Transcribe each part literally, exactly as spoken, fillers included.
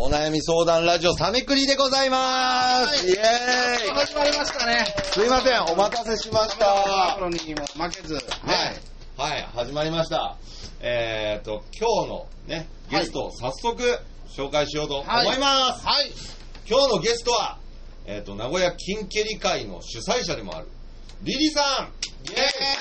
お悩み相談ラジオサメクリでございます。イエーイ。 始まりましたね。 すいません、お待たせしました。 にも負けず、 はいはい、始まりました。えーと今日のねゲストを早速紹介しようと思います。はい。はい、今日のゲストはえーと名古屋金蹴り会の主催者でもあるリリさん。イエ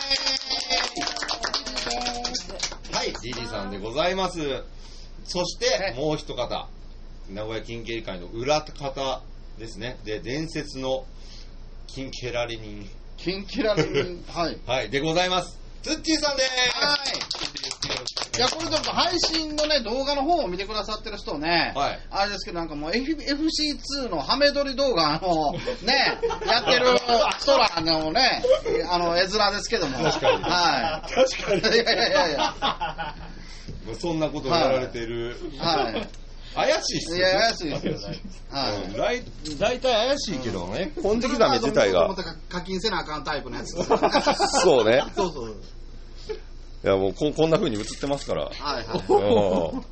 ーイ。はい、リリさんでございます。そしてもう一方、名古屋金蹴り会の裏方ですね。で、伝説の金蹴られ人。 金蹴られ人。はい。 はい、でございます。ツッチーさんでーす。 はい。いや、これちょっと配信のね、動画の方を見てくださってる人ね、はい、あれですけど、なんかもう エフシーツー のハメ撮り動画のね、やってる人らのね、あの、絵面ですけども。 確かに。 はい。 確かに。 いやいやいやいや。 そんなことをやられてる。 はい。はい怪しいっすよね。 いや、怪しいですよ。はい。 大体怪しいけどね。金色ザメ自体が。 課金せなあかんタイプのやつ。 そうね。 そうそう。 いや、もうこ、こんな風に映ってますから。 はいはい。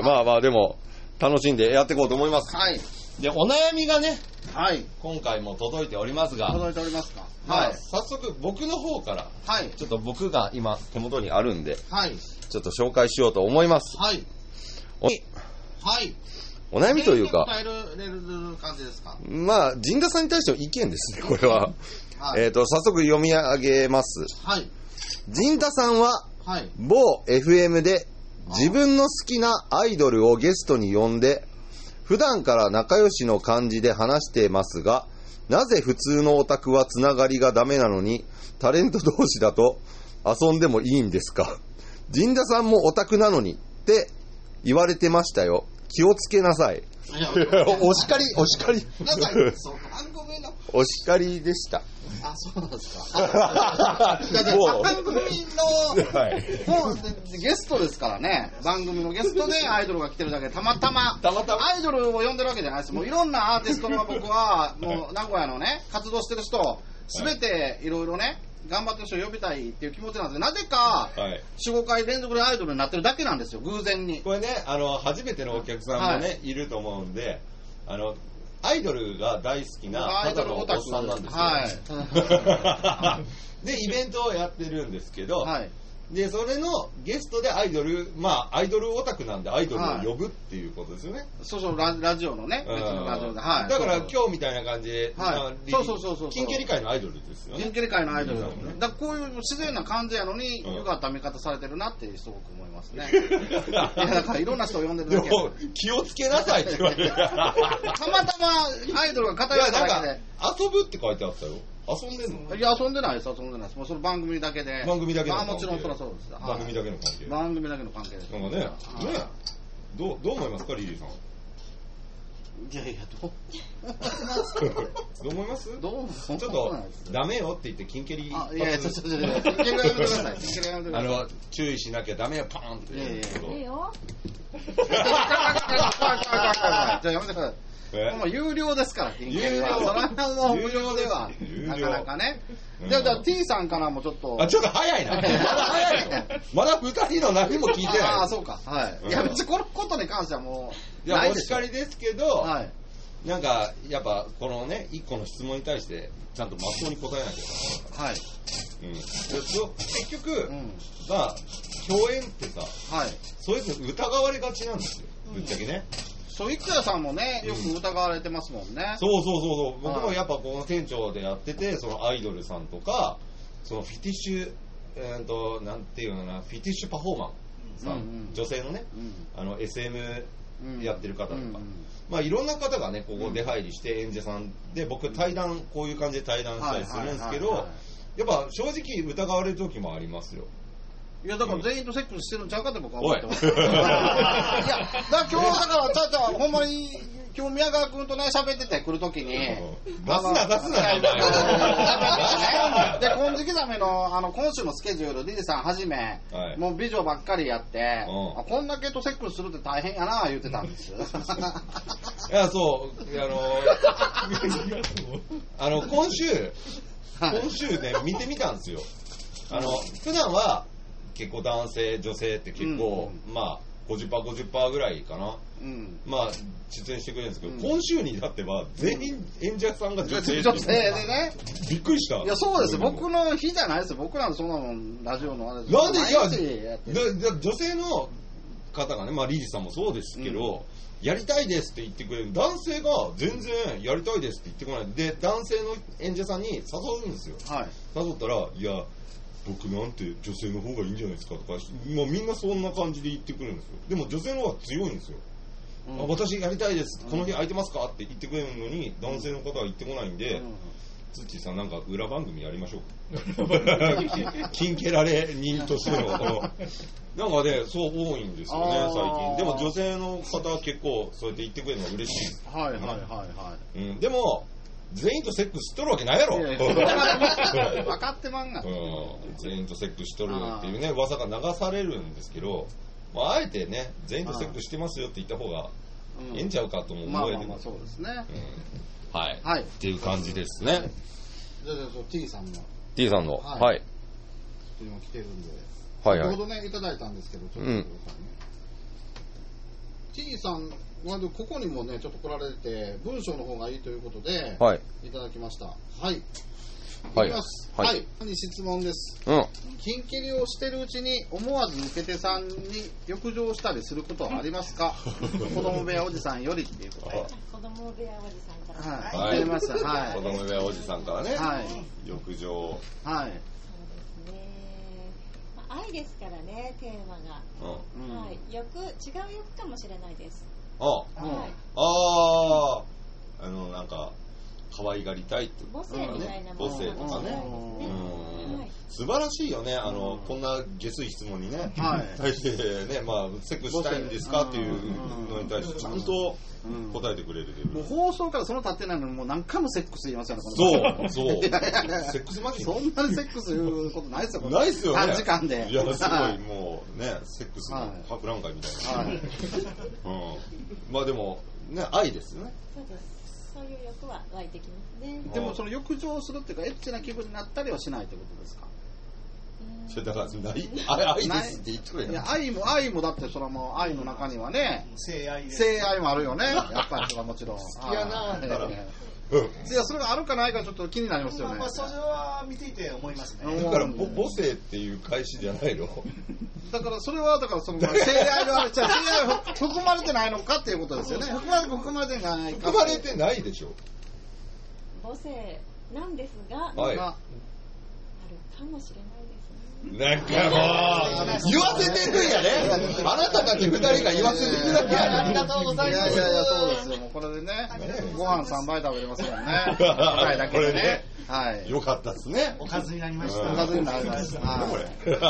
まあまあ、でも、楽しんでやっていこうと思います。 はい。 で、お悩みがね、 はい。 今回も届いておりますが。 届いておりますか。 はい。早速、僕の方から、 はい。 ちょっと僕が今、手元にあるんで、 はい。 ちょっと紹介しようと思います。 はい。はい。 お悩みというか、 伝える感じですか。 まあ、陣田さんに対しての意見ですね、これは。はい、えっと、早速読み上げます。 はい。 陣田さんは、 はい、 某 エフエム で自分の好きなアイドルをゲストに呼んで、普段から仲良しの感じで話していますが、なぜ普通のオタクはつながりがダメなのに、タレント同士だと遊んでもいいんですか。陣田さんもオタクなのにって言われてましたよ。気をつけなさい。お叱り、お叱り。 なんか、そう、番組の。 お叱りでした。 あ、そうなんですか。だって番組の、はい、もうゲストですからね。番組のゲストでアイドルが来てるだけで、たまたま、 たまたまアイドルを呼んでるわけじゃないです。もういろんなアーティストの僕は、もう名古屋のね、活動してる人、すべていろいろね、頑張ってる人を呼びたいっていう気持ちなんですけど、なぜか、はい、よん、ごかい連続でアイドルになってるだけなんですよ、偶然に。 これね、あの、初めてのお客さんもね、はい、いると思うんで、あの、アイドルが大好きなただのおっさんなんですよ。はい、で、イベントをやってるんですけど、はい、で、それのゲストでアイドル、まあ、アイドルオタクなんでアイドルを呼ぶっていうことですよね。はい、 そうそう、ラ、ラジオのね、別のラジオで。はい。 だから今日みたいな感じで、 はい、そうそうそうそう。 金蹴り界のアイドルですよね。 金蹴り界のアイドルだもんね。だからこういう自然な感じやのに、うん、よかった見方されてるなってすごく思いますね。いや、だからいろんな人を呼んでるだけ。 気をつけなさいって言われて。たまたまアイドルが偏っただけで。 遊ぶって書いてあったよ。遊んでんの？ いや、遊んでないです、遊んでないです。もうその番組だけで。 番組だけの関係。 まあもちろんそりゃそうです。 番組だけの関係。 番組だけの関係です。 なんかね、ね、どう、どう思いますか、リリーさん。 いやいや、どうどう思いますどう思ちょっと、ダメよって言って、金蹴り。 いやいや、ちょっと、ちょっと、金蹴りはやめてください。金蹴りはやめてください。 あの、注意しなきゃダメよ、パーンって。いやいやいや。いいよ。 じゃあやめてください。もう有料ですから、金券は。その辺も無料では、なかなかね。じゃあ、T さんからもちょっと。 あ、ちょっと早いな。まだ早いの。まだ二人の何も聞いてない。 ああ、そうか。はい。いや、別にこのことに関してはもう、 いや、お叱りですけど、はい。なんか、やっぱ、このね、一個の質問に対して、ちゃんとまっとうに答えなきゃいけない。はい。うん。結局、まあ、共演ってさ、はい。そういうの疑われがちなんですよ。ぶっちゃけね。 そう、生田さんもね、よく疑われてますもんね。 そうそうそうそう。僕もやっぱこの店長でやってて、そのアイドルさんとか、そのフィティッシュ、えーと、なんていうのかな、フィティッシュパフォーマンさん、うんうん、女性のね、うん、あの エスエム やってる方とか、うんうん、まあいろんな方がね、ここ出入りして演者さんで、僕対談、こういう感じで対談したりするんですけど、やっぱ正直疑われる時もありますよ。 いや、だから全員とセックスしてるんちゃうかって僕は思ってます。いや、だから今日、だから、ちゃうちゃう、ほんまに、今日宮川君とね、喋ってて来るときに、出すな、出すな、 で、金色ザメの、あの、今週のスケジュール、リリさんはじめ、はい、もう美女ばっかりやって、うん、こんだけとセックスするって大変やな、言ってたんですよ。 いや、そう、あの、あの、今週、今週ね、見てみたんですよ。あの、普段は、結構男性、女性って結構、うん、まあ、 ごじゅっパーセント、ごじゅっパーセント ぐらいかな。うん、まあ、出演してくれるんですけど、うん、今週に至っては、全員演者さんが女性。 女性でね。 びっくりした。 いや、そうです。僕の日じゃないですよ。僕なんてそんなもん、ラジオのあれです。 なんで、いや、女性の方がね、まあ、リリーさんもそうですけど、うん、やりたいですって言ってくれる。男性が全然やりたいですって言ってこない。で、男性の演者さんに誘うんですよ。はい、誘ったら、いや、僕なんて女性の方がいいんじゃないですかとか、まあ、みんなそんな感じで言ってくるんですよ。でも女性の方が強いんですよ。うん、あ、私やりたいです、この日空いてますかって言ってくれるのに、男性の方は言ってこないんで、ツッチーさんなんか裏番組やりましょう。金蹴られ人としての。なんかね、そう多いんですよね、最近。でも女性の方は結構そうやって言ってくれるのが嬉しいです。 はいはいはいはい。 うん、でも、全員とセックスしとるわけないやろ。いやいや分かってまんが、うん、 全員とセックスしとるっていうね噂が流されるんですけど、まあ、あえてね全員とセックスしてますよって言った方がええんちゃうかとも思えて、 まあまあそうですね、 うん、はい、はい、っていう感じですね。 じゃあじゃあ T さんの T さんのはい、はい、 今来てるんで、 はいはい、 先ほどねいただいたんですけど、ちょっと待ってくださいね、うん、T さんここにもねちょっと来られて文章の方がいいということで、はい、いただきました。はい。いきます。はい。はい、質問です。うん。金切りをしてるうちに思わず受け手さんに欲情したりすることはありますか？子供部屋おじさんよりっていうことで。 子供部屋おじさんから。 はい。 ありました。はい。 子供部屋おじさんからね。はい。欲情。 はい。 愛ですからね、テーマが、うんはい、欲違う欲かもしれないです。 ああ、はい、ああ、あのなんか可愛がりたいって母性みたいなもの、 母性とかね、うん、はい、素晴らしいよね。あの、うん、こんな下水質問にね、はい、対してね、まあセックスしたいんですかっていうのに対してちゃんと答えてくれる、 うん、もう放送からその経ってないのにもう何回もセックス言いますよね。 そうそう。セックスマジそんなにセックス言うことないですよ。 ないですよね。 短時間で。 いやすごいもうねセックスの博覧会みたいな。はい、うん。まあでもね愛ですよね。 そうです。そういう欲は湧いてきますね。 でもその欲情するっていうかエッチな気分になったりはしないってことですか？ それだからない愛ですって言ってくれよ。 いや愛も愛もだってそれはもう愛の中にはね性愛性愛もあるよね。やっぱりそれはもちろん好きやなだから。 いやそれがあるかないかちょっと気になりますよね。 まあそれは見ていて思いますね。 だから母性っていう返しじゃないの。 だからそれはだからその性愛があるじゃあ性愛は含まれてないのかっていうことですよね。含まれ含まれてないか。 含まれてないでしょ。 母性なんですが、 はい、 あるかもしれないですね。 なんかもう言わせてるんやね。あなたたち二人が言わせてるだけやね。 ありがとうございます。いやいやいやそうですよ。もうこれでね、ご飯三杯食べれますよね。一杯だけでね。はい。 よかったですね。 おかずになりました。 おかずになりました。 こ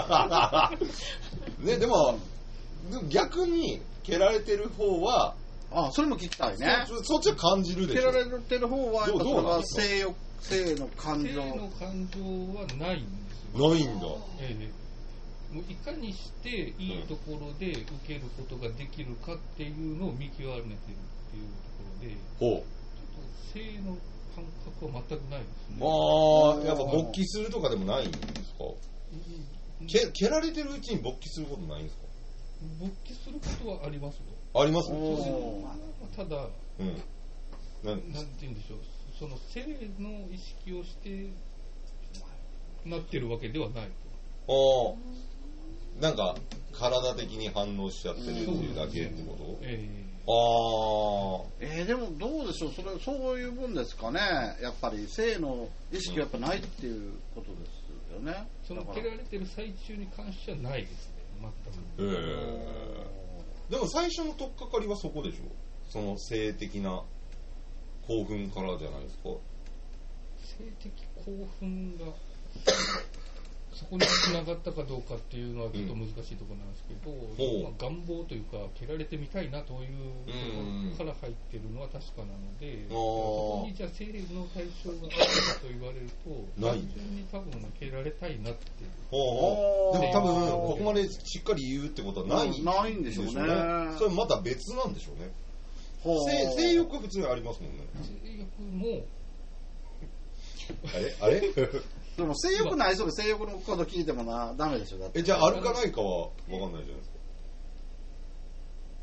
れ。ねでも逆に蹴られてる方は。 あ、それも聞きたいね。 そ, そっちは感じるでしょ。 蹴られてる方はやっぱそれは性欲、性の感情。 性の感情はないんですよ。 ないんだ。 ええ、もういかにしていいところで受けることができるかっていうのを見極めてるっていうところで、ほう。ちょっと性の感覚は全くないですね。 まあやっぱ勃起するとかでもないんですか。蹴、蹴られてるうちに勃起することないんですか。 勃起することはありますよ。 あります。 ただ、 うん、 なん、なんて言うんでしょう、その性の意識をしてなってるわけではないと。ああ、なんか体的に反応しちゃってるっていうだけってこと？えー、ああ、えー、でもどうでしょう、それそういう分ですかね。やっぱり性の意識はやっぱないっていうことですよね。 その蹴られてる最中に関してはないですね、全く。 えーでも最初の取っかかりはそこでしょ。その性的な興奮からじゃないですか。 性的興奮がそこに繋がったかどうかっていうのはちょっと難しいところなんですけど、うんまあ、願望というか蹴られてみたいなというところから入ってるのは確かなので、うん、そこにじゃあ性の対象があるかと言われると単純に多分蹴られたいなっていう。 でも多分ここまでしっかり言うってことはないんでしょうね。 ないんでしょうね。 それまた別なんでしょうね。性, 性欲は普通にありますもんね。 性欲もあれあれでも性欲ない人で性欲のこと聞いてもなダメでしょ。だってえじゃああるかないかは分かんないじゃないですか。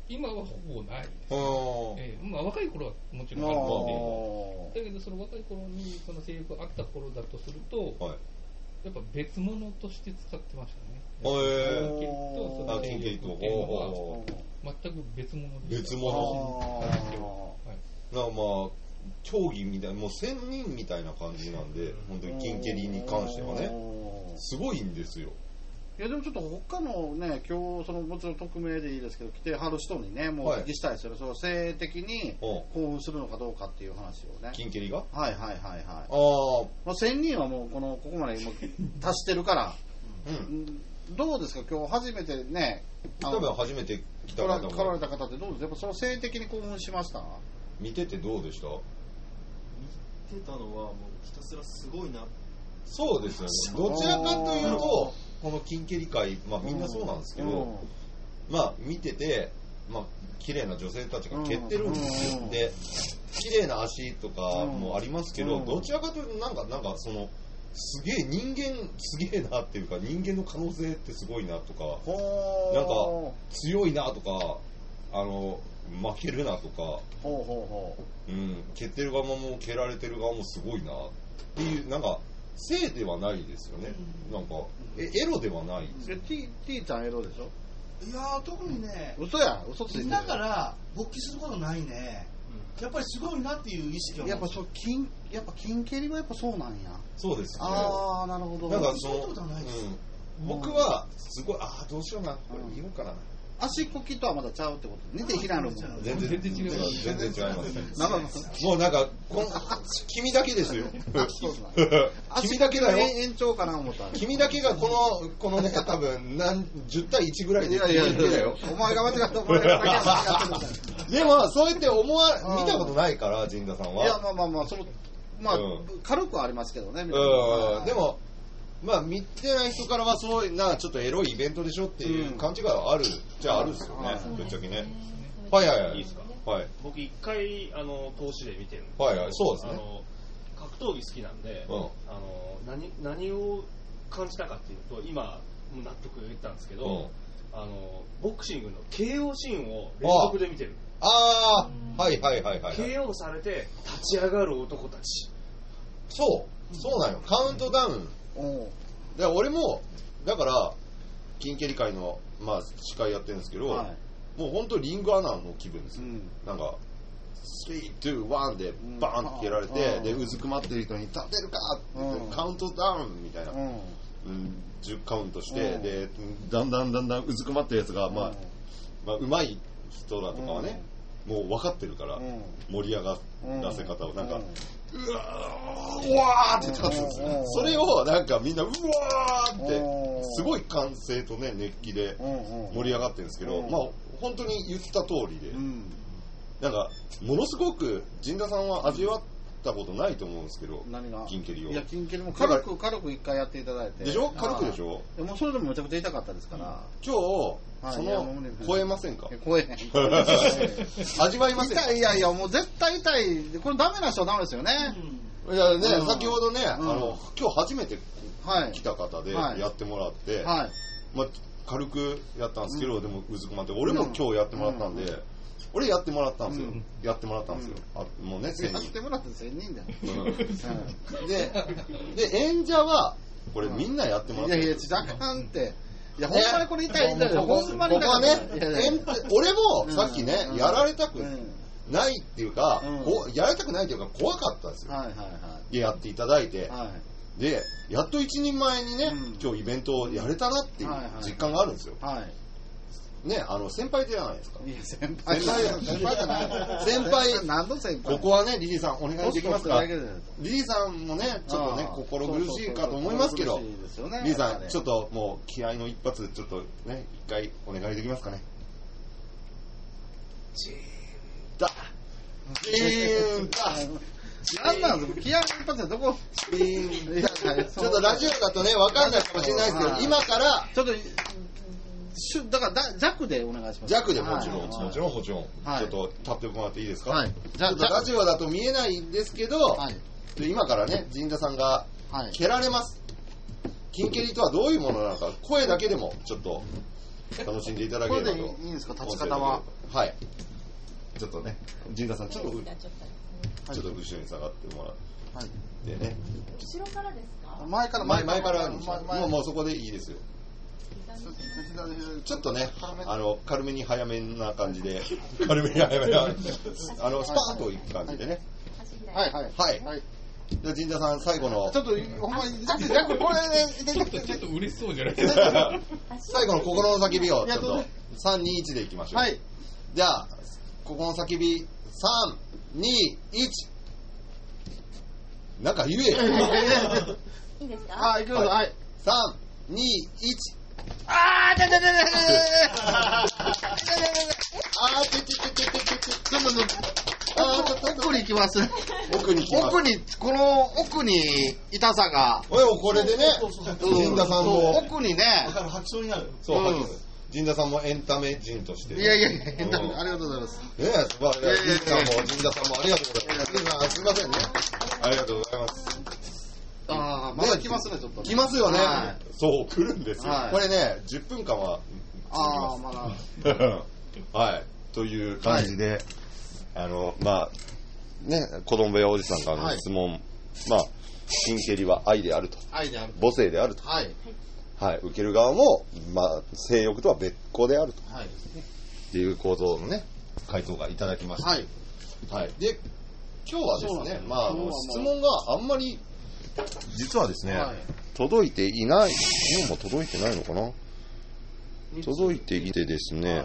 今はほぼないです、えーまあ、若い頃はもちろんあるので、だけどその若い頃にその性欲があった頃だとすると、はい、やっぱ別物として使ってましたね。 へー。 金蹴りとその性欲っていうのは全く別物で別物なんですよ。だからまあ競技みたいなもう仙人みたいな感じなんで、本当に金蹴りに関してはねすごいんですよ。 いやでもちょっと他のね、今日そのもちろん匿名でいいですけど来てはる人にね、もうお聞きしたいですよね、はい、その性的に興奮するのかどうかっていう話をね。 金蹴りが？ はいはいはいはい。 ああ、まあ、千人はもうこのここまで今達してるから、うん、どうですか今日初めてね。 多分初めて来た方も来られた方ってどうですか？やっぱその性的に興奮しました？ 見ててどうでした？ 見てたのはもうひたすらすごいな。 そうですよね。どちらかというと。この金蹴り界、まあみんなそうなんですけど、うん、まあ見てて、まあ綺麗な女性たちが蹴ってるんですよ。うん、で、綺麗な足とかもありますけど、うん、どちらかというとなんかなんかそのすげえ人間すげえなっていうか人間の可能性ってすごいなとか、なんか強いなとか、あの負けるなとか、ほうほうほう、うん、蹴ってる側も蹴られてる側もすごいなっていうなんか。性ではないですよね。なんかえエロではない。 え T T ちゃんエロでしょ？ いやー特にね。 嘘や嘘ついてる。 だから勃起することないね。うん、やっぱりすごいなっていう意識は。 やっぱそう金やっぱ金蹴りはやっぱそうなんや。 そうですよね。ああなるほど。 なんかその、うん、僕はすごいああどうしようなこれ言おうかな。 足こきとはまだちゃうってこと。似て平野も全然全然違います。全然違います。 なんかもうなんかこん君だけですよ。君だけだよ。 延長かな思った。 君だけがこのこのね多分何十対一ぐらいで言ってたよ。 お前が間違ったお前が間違った。 でもそうやって思わ見たことないから陣田さんは。 いやまあまあまあそのまあ軽くはありますけどね。 うん。でも。まあ見てない人からはそうなちょっとエロいイベントでしょっていう勘違いはあるじゃああるんですよね、ぶっちゃけね。はいはいはい。 いいですか？ はい。 僕一回あの投資で見てるんですけど、 はいはいそうですね。 あの格闘技好きなんで、うん、あの何何を感じたかっていうと今もう納得言ったんですけど、うん、あのボクシングの ケーオー シーンを連続で見てる。 ああはいはいはいはい。 ケーオー されて立ち上がる男たち。 そうそうなのカウントダウン。で俺もだから金蹴り界の、まあ、司会やってるんですけど、はい、もう本当リングアナの気分ですよ、うん、なんかスリー、ツー、ワンでバーンって蹴られて、うん、でうずくまってる人に立てるかって言って、うん、カウントダウンみたいな、うんうん、じゅうカウントして、うん、でだんだんだんだんうずくまってるやつが、まあまあ、上手い人だとかはね、もう分かってるから、盛り上がらせ方をなんか、うわーうわーって立つんですよ。それをなんかみんなうわーってすごい歓声とね熱気で盛り上がってるんですけど、まあ本当に言った通りで、なんかものすごく陣田さんは味わったことないと思うんですけど、金蹴りを。 いや金蹴りも軽く軽く一回やっていただいて。 でしょ？軽くでしょ？ でもそれでもめちゃくちゃ痛かったですから。 今日その超えませんか？ 超えへん。 味わいませんか？ いやいやもう絶対痛い。これダメな人はダメですよね。 いやね先ほどねあの今日初めて来た方でやってもらって、まあ軽くやったんですけどでもうずくまって俺も今日やってもらったんで。俺やってもらったんですよ、うん、やってもらったんですよ、うん、あもうねせんにんやってもらってせんにんだよ、 うん、でで演者はこれみんなやってもらったんですよ。 いやいや若干っていやほんまにこれ痛い痛いほんまにここはね俺もさっきね、うん、やられたくないっていうか、うん、こうやられたくないっていうか怖かったんですよ、はいはいはい、やっていただいて、はい、でやっと一人前にね、うん、今日イベントをやれたなっていう実感があるんですよ、はいはいね、あの先輩じゃないですか。 いや先輩先輩先輩じゃない。 先輩何の先輩。 ここはねリリーさんお願いできますか。リリーさんもねちょっとね心苦しいかと思いますけど、リリーさんちょっともう気合の一発ちょっとね一回お願いできますかね。 ジーンだ。ジーンだ。なんなんですか。気合の一発でどこ。 ジーンだ。ちょっとラジオだとねわかんないかもしれないですけど今からちょっと。だからだ弱でお願いします。 弱でもちろん、はい、もちろんもちろん、はい、ちょっと立ってもらっていいですか。はい、じゃあラジオだと見えないんですけど、はい、今からね陣田さんが蹴られます。金蹴りとはどういうものなのか声だけでもちょっと楽しんでいただければと。 これでいいんですか、立ち方は。 はい。ちょっとね、陣田さん、ちょっと、ちょっと後ろに下がってもらって、はい、でね。 後ろからですか？ 前から前前からもうもうそこでいいですよ。ちょっとね、あの軽めに早めな感じで、軽めに早めなあのスパーンといく感じでね。 はいはいはいはい。じゃあ陣田さん最後のちょっとほんまにこれちょっと嬉しそうじゃないですか。 最後の心の叫びをちょっとさんにいちでいきましょう。 はい。 じゃあ心の叫びさんにいち。なんか言え。 いいですか？ はい、行きます。はい。 さんにいち。 あー、でででででであー、ててててててて。 ちょっとちょっと奥に行きます。 奥に行きます。 奥にこの奥に痛さが。 おいこれでね、陣田さんも奥にね。 吐きそうになる。 そう。陣田さんもエンタメ人として。 いやいやいや、エンタメありがとうございます。 ねえ、素晴らしい。陣田さんも陣田さんもありがとうございます。すみませんね。ありがとうございます。 ああ、まだ来ますね、ちょっと。 来ますよね。そう、来るんですよ。 はい、 これね、じゅっぷんかんは。 ああ、まだ。 はい。という感じで、はい、あの、まあ、ね、子供部屋おじさんからの質問、はい、まあ、キンケリは愛であると。 愛である。 母性であると。 はい。 はい。受ける側も、まあ、性欲とは別個であると。 はい。 っていう構造のね、回答がいただきました。 はい。 はい。で、今日はですね、まあ、あの質問があんまり、実はですね、はい、届いていない、日本も届いてないのかな、届いていてですね、はい、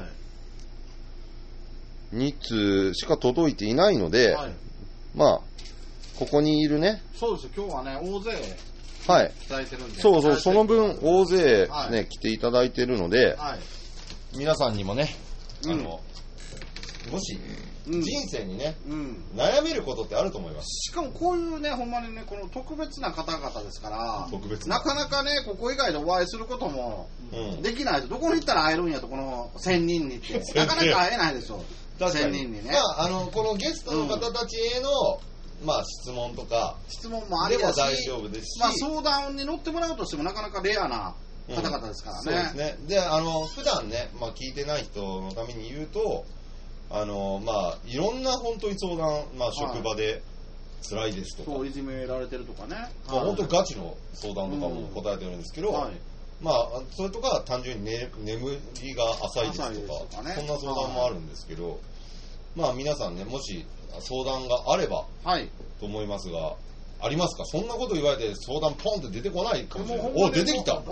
に通しか届いていないので、はい、まあ、ここにいるね、 そうですよ、今日はね、大勢、 はい、 いただいてるんで、 そうそう、その分、大勢、ね、はい、来ていただいてるので、はい、皆さんにもね、あの、うん、もし、人生にね、うん、悩めることってあると思います。 しかもこういうね、ほんまにね、この特別な方々ですから、特別なかなかね、ここ以外でお会いすることもできないです。うん、どこに行ったら会えるんやと、この千人にって。なかなか会えないでしょ。千人にね。 まあ、あの、このゲストの方たちへの、うん、まあ、質問とか、 質問もありだし、 でも大丈夫ですし、 まあ、相談に乗ってもらうとしてもなかなかレアな方々ですからね。 うん、そうですね。で、あの、普段ね、まあ、聞いてない人のために言うと、あのまあ、いろんな本当に相談、まあ、職場で辛いですとか、 そういじめられてるとかね、 まあ、本当にガチの相談とかも答えてるんですけど、うんはい、まあ、それとか単純に、ね、眠りが浅いですとか、とかね、そんな相談もあるんですけど、まあ、皆さんね、もし相談があれば、はい、と思いますが、ありますか？そんなこと言われて相談ポンって出てこないかもしれない。お、出てきた。はい。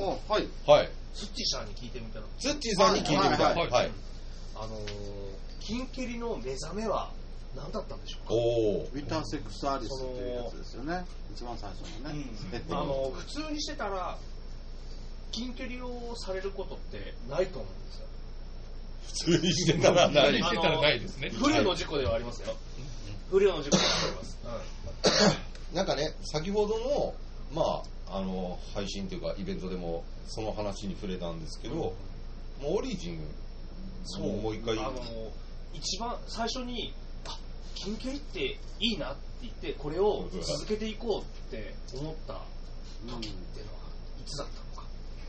はい。ツッチーさんに聞いてみたら。 ツッチーさんに聞いてみた。はい。はいはい、 あのー金蹴りの目覚めは何だったんでしょうか。 おウィターセックスアリスっていうやつですよね。一番最初のね、 うん、あの普通にしてたら金蹴りをされることってないと思うんですよ。 普通にしてたらないしてたらないですね。 不慮の事故ではありますよ。不慮の事故ではあります、 うん、なんかね、先ほどのまああの配信というかイベントでもその話に触れたんですけど、うん、もうオリジンそうもう一回あの一番最初にあ金蹴りっていいなって言ってこれを続けていこうって思った時っていうのはいつだったのか、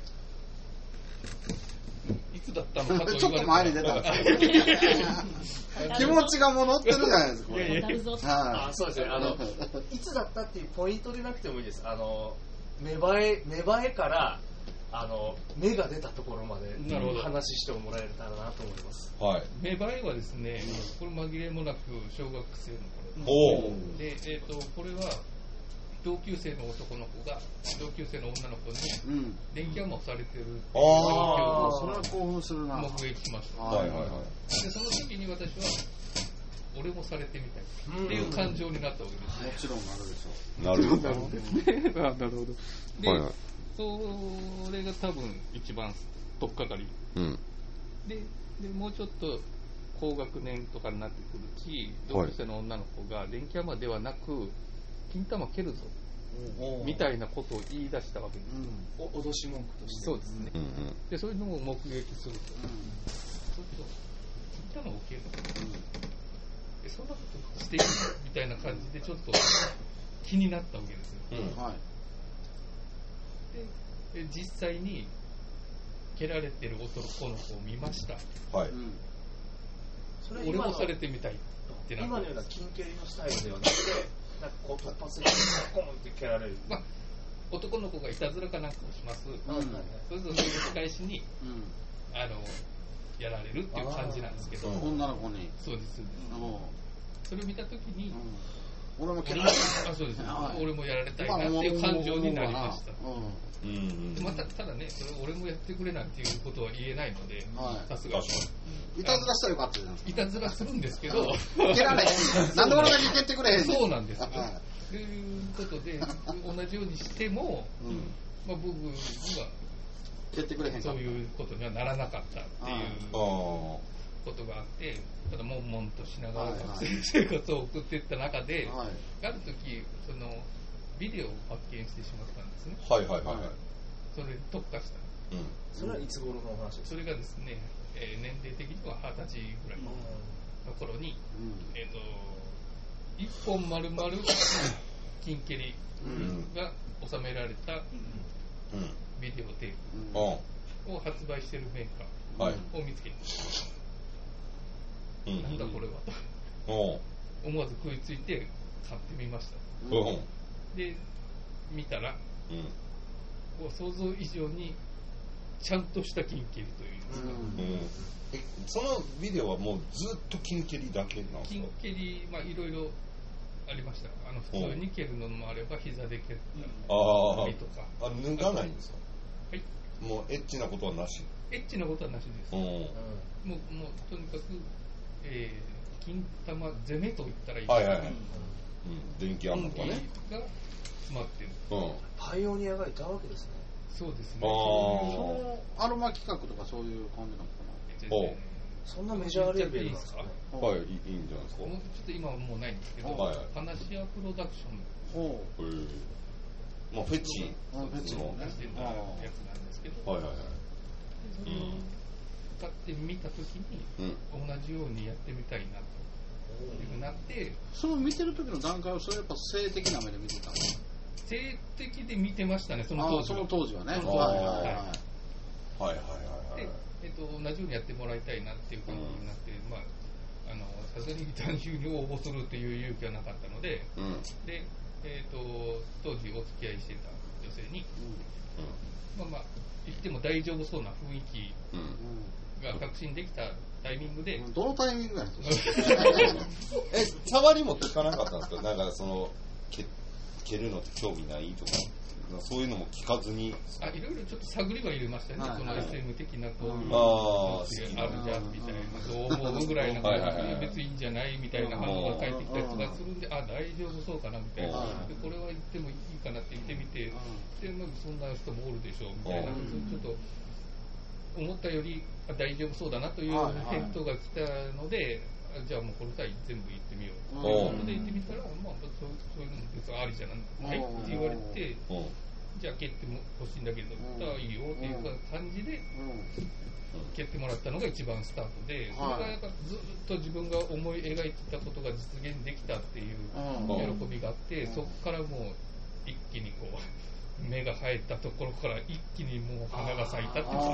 いつだったのかとちょっと前に出たんですけど気持ちが戻ってるじゃないですか。 いやいやあそうですね、あのいつだったっていうポイントでなくてもいいです。あの芽生え芽生えからあの芽が出たところまで話してもらえたらなと思います。 はい。 芽生えはですね、これ紛れもなく小学生の頃で、えっ、ー、とこれは同級生の男の子が同級生の女の子に電気山をされてる状況をそれは興奮するな目撃しました。 はいはいはい。 でその時に私は俺もされてみたいっていう感情になったわけです、 ね。もちろんなるでしょう。なるほど。 なるほど。で、はいはい、それが多分一番取っかかり、 うん、 で, でもうちょっと高学年とかになってくるし、同級生の女の子が電気山ではなく金玉蹴るぞ、うん、みたいなことを言い出したわけです、 うん、お脅し文句として。 そうですね、 うんうん、 でそういうのを目撃すると、うん、そうすると金玉を蹴るの、うん、でそんなことしていいみたいな感じでちょっと気になったわけですよ、 うん、はい。 で実際に蹴られてる男の子を見ました。 はい。 それ俺もされてみたいってなって。 今のような金蹴りのスタイルではなくて、なんかこう突発的にコーンって蹴られる。 まあ、男の子がいたずらかなんかをします。うん、そうするとそれの仕返しに、うん、あのやられるっていう感じなんですけど。 女の子に。 そうです。それを見たときに、 うん、俺も蹴られたい。 あ、そうですね。俺もやられたいなっていう感情になりました。うん、またただね、それ俺もやってくれなんていうことは言えないので、さすがにいたずらしたらよかったじゃん。 いたずらするんですけど、 蹴られへん。なんで俺だけ蹴ってくれへん。 そうなんですよ。ということで、同じようにしても、うん、まあ、僕には蹴ってくれへんそういうことにはならなかったっていうことがあって、ただ悶々としながら学生生活を送っていった中で、はい、ある時そのビデオを発見してしまったんですね。 はいはいはい。 それに特化した。 うん。それはいつ頃の話ですか？ それがですね、えー、年齢的には二十歳ぐらいの頃に、うん、えっ、ー、と一本丸々金蹴りが収められたビデオテープを発売しているメーカーを見つけました。うん、なんだこれはと思わず食いついて買ってみました。うん、で見たら、うん、こう想像以上にちゃんとした金蹴りというんですか、うんうん、 えそのビデオはもうずっと金蹴りだけなんですか？ 金蹴り、まあいろいろありました。あの普通に蹴るのもあれば膝で蹴ったりとか。 ああ脱がないんですか？ はい。 もうエッチなことはなし。 エッチなことはなしです。うん、もうもうとにかく、えー、金玉攻めと言ったらいいですかね。はいはいはい。 うん、電気あんのかね。 が詰まってる。 うん。パイオニアがいたわけですね。 そうですね。 あそのアロマ企画とかそういう感じなのかな。 おそんなメジャーレベルですか？ はい、いいんじゃないですか。 もうちょっと今はもうないんですけど、はい、パナシアプロダクション。 ほう。へえ。まあフェチ。 フェチの出してたやつなんですけど。はいはいはい。それを使ってみたときに、うん、同じようにやってみたいなというふうになって。 その見てる時の段階はそれやっぱ性的な目で見てたの？ 性的で見てましたね。その当時は。 その当時はね。はいはいはい。はいはいはい。 えっと、同じようにやってもらいたいなっていう感じになって、うん、まあ、あのさすがに単純に応募するっていう勇気はなかったので、うん、で、えっと、当時お付き合いしてた女性に、うん、まあまあ言っても大丈夫そうな雰囲気が確信できたタイミングで、 うん、どのタイミングやえ、触りも聞かなかったんですか？なんかその蹴、蹴るのって興味ないとか。そういうのも聞かずにあいろいろちょっと探りは入れましたね、はいはい、その エスエム 的なこういうああるじゃんみたいな、どう思うぐらいの感じで別にいいんじゃないみたいな反応が返ってきたりとかするんで、あ大丈夫そうかなみたいな、でこれは言ってもいいかなって言ってみて、でまあ、そんな人もおるでしょうみたいな、ちょっと思ったより大丈夫そうだなという返答が来たので、じゃあもうこの際全部言ってみようということで言ってみたら、まあ、そうそういうの別にありじゃないって言われて、じゃあ蹴っても欲しいんだけど、うん、いいよっていう感じで、うん、蹴ってもらったのが一番スタートで、それがやっぱずっと自分が思い描いてたことが実現できたっていう喜びがあって、うん、そこからもう一気にこう芽が生えたところから一気にもう花が咲いたっていう感じですね。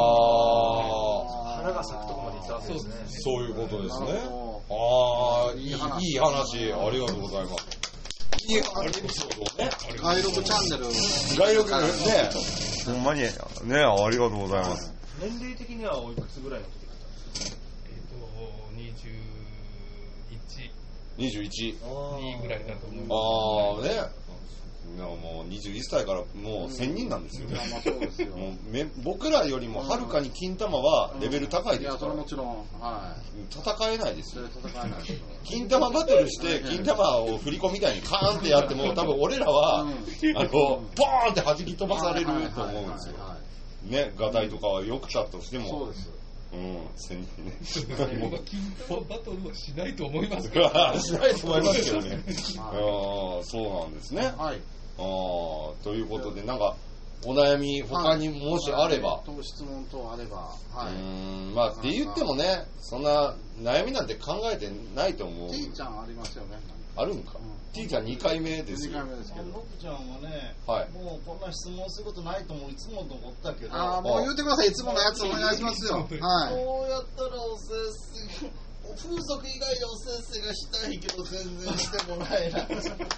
花が咲くところまで行ったわけですね。 そういうことですね。ああ、いい話、いい話、ありがとうございます。いいエピソードね。 外録チャンネル。 外録ね。ほんまにね、ありがとうございます。 年齢的にはおいくつぐらいの時だったんですか？ えっと、にじゅういち。 にじゅういち。 にぐらいだと思います。 ああ、ね。もうにじゅういっさいからもうせんにんなんですよ。もうめ僕らよりもはるかに金玉はレベル高いですから。いや、それもちろん、はい、戦えないですよ。戦えないですよ。金玉バトルして金玉を振り子みたいにカーンってやっても多分俺らは、うん、あのポーンって弾き飛ばされると思うんですよ。ね、ガタイとかはよくたとしても。そうです。うん、千人ね。 金玉バトルはしないと思いますけど。しないと思いますけどね。ああ、そうなんですね。はい。あということで、なんかお悩み他にもしあれば、 はい、質問等あれば、 はい、うんまあって言ってもね、そんな悩みなんて考えてないと思う。 ちいちゃんありますよね。 あるんか。T ちゃんにかいめですよ。 にかいめですけど。 僕ちゃんはね、 はい、 もうこんな質問することないと思う、いつもと思ったけど。 ああ、もう言うてください、いつものやつお願いしますよ。はい。 どうやったらおせっせ、風俗以外でおせっせがしたいけど全然してもらえない。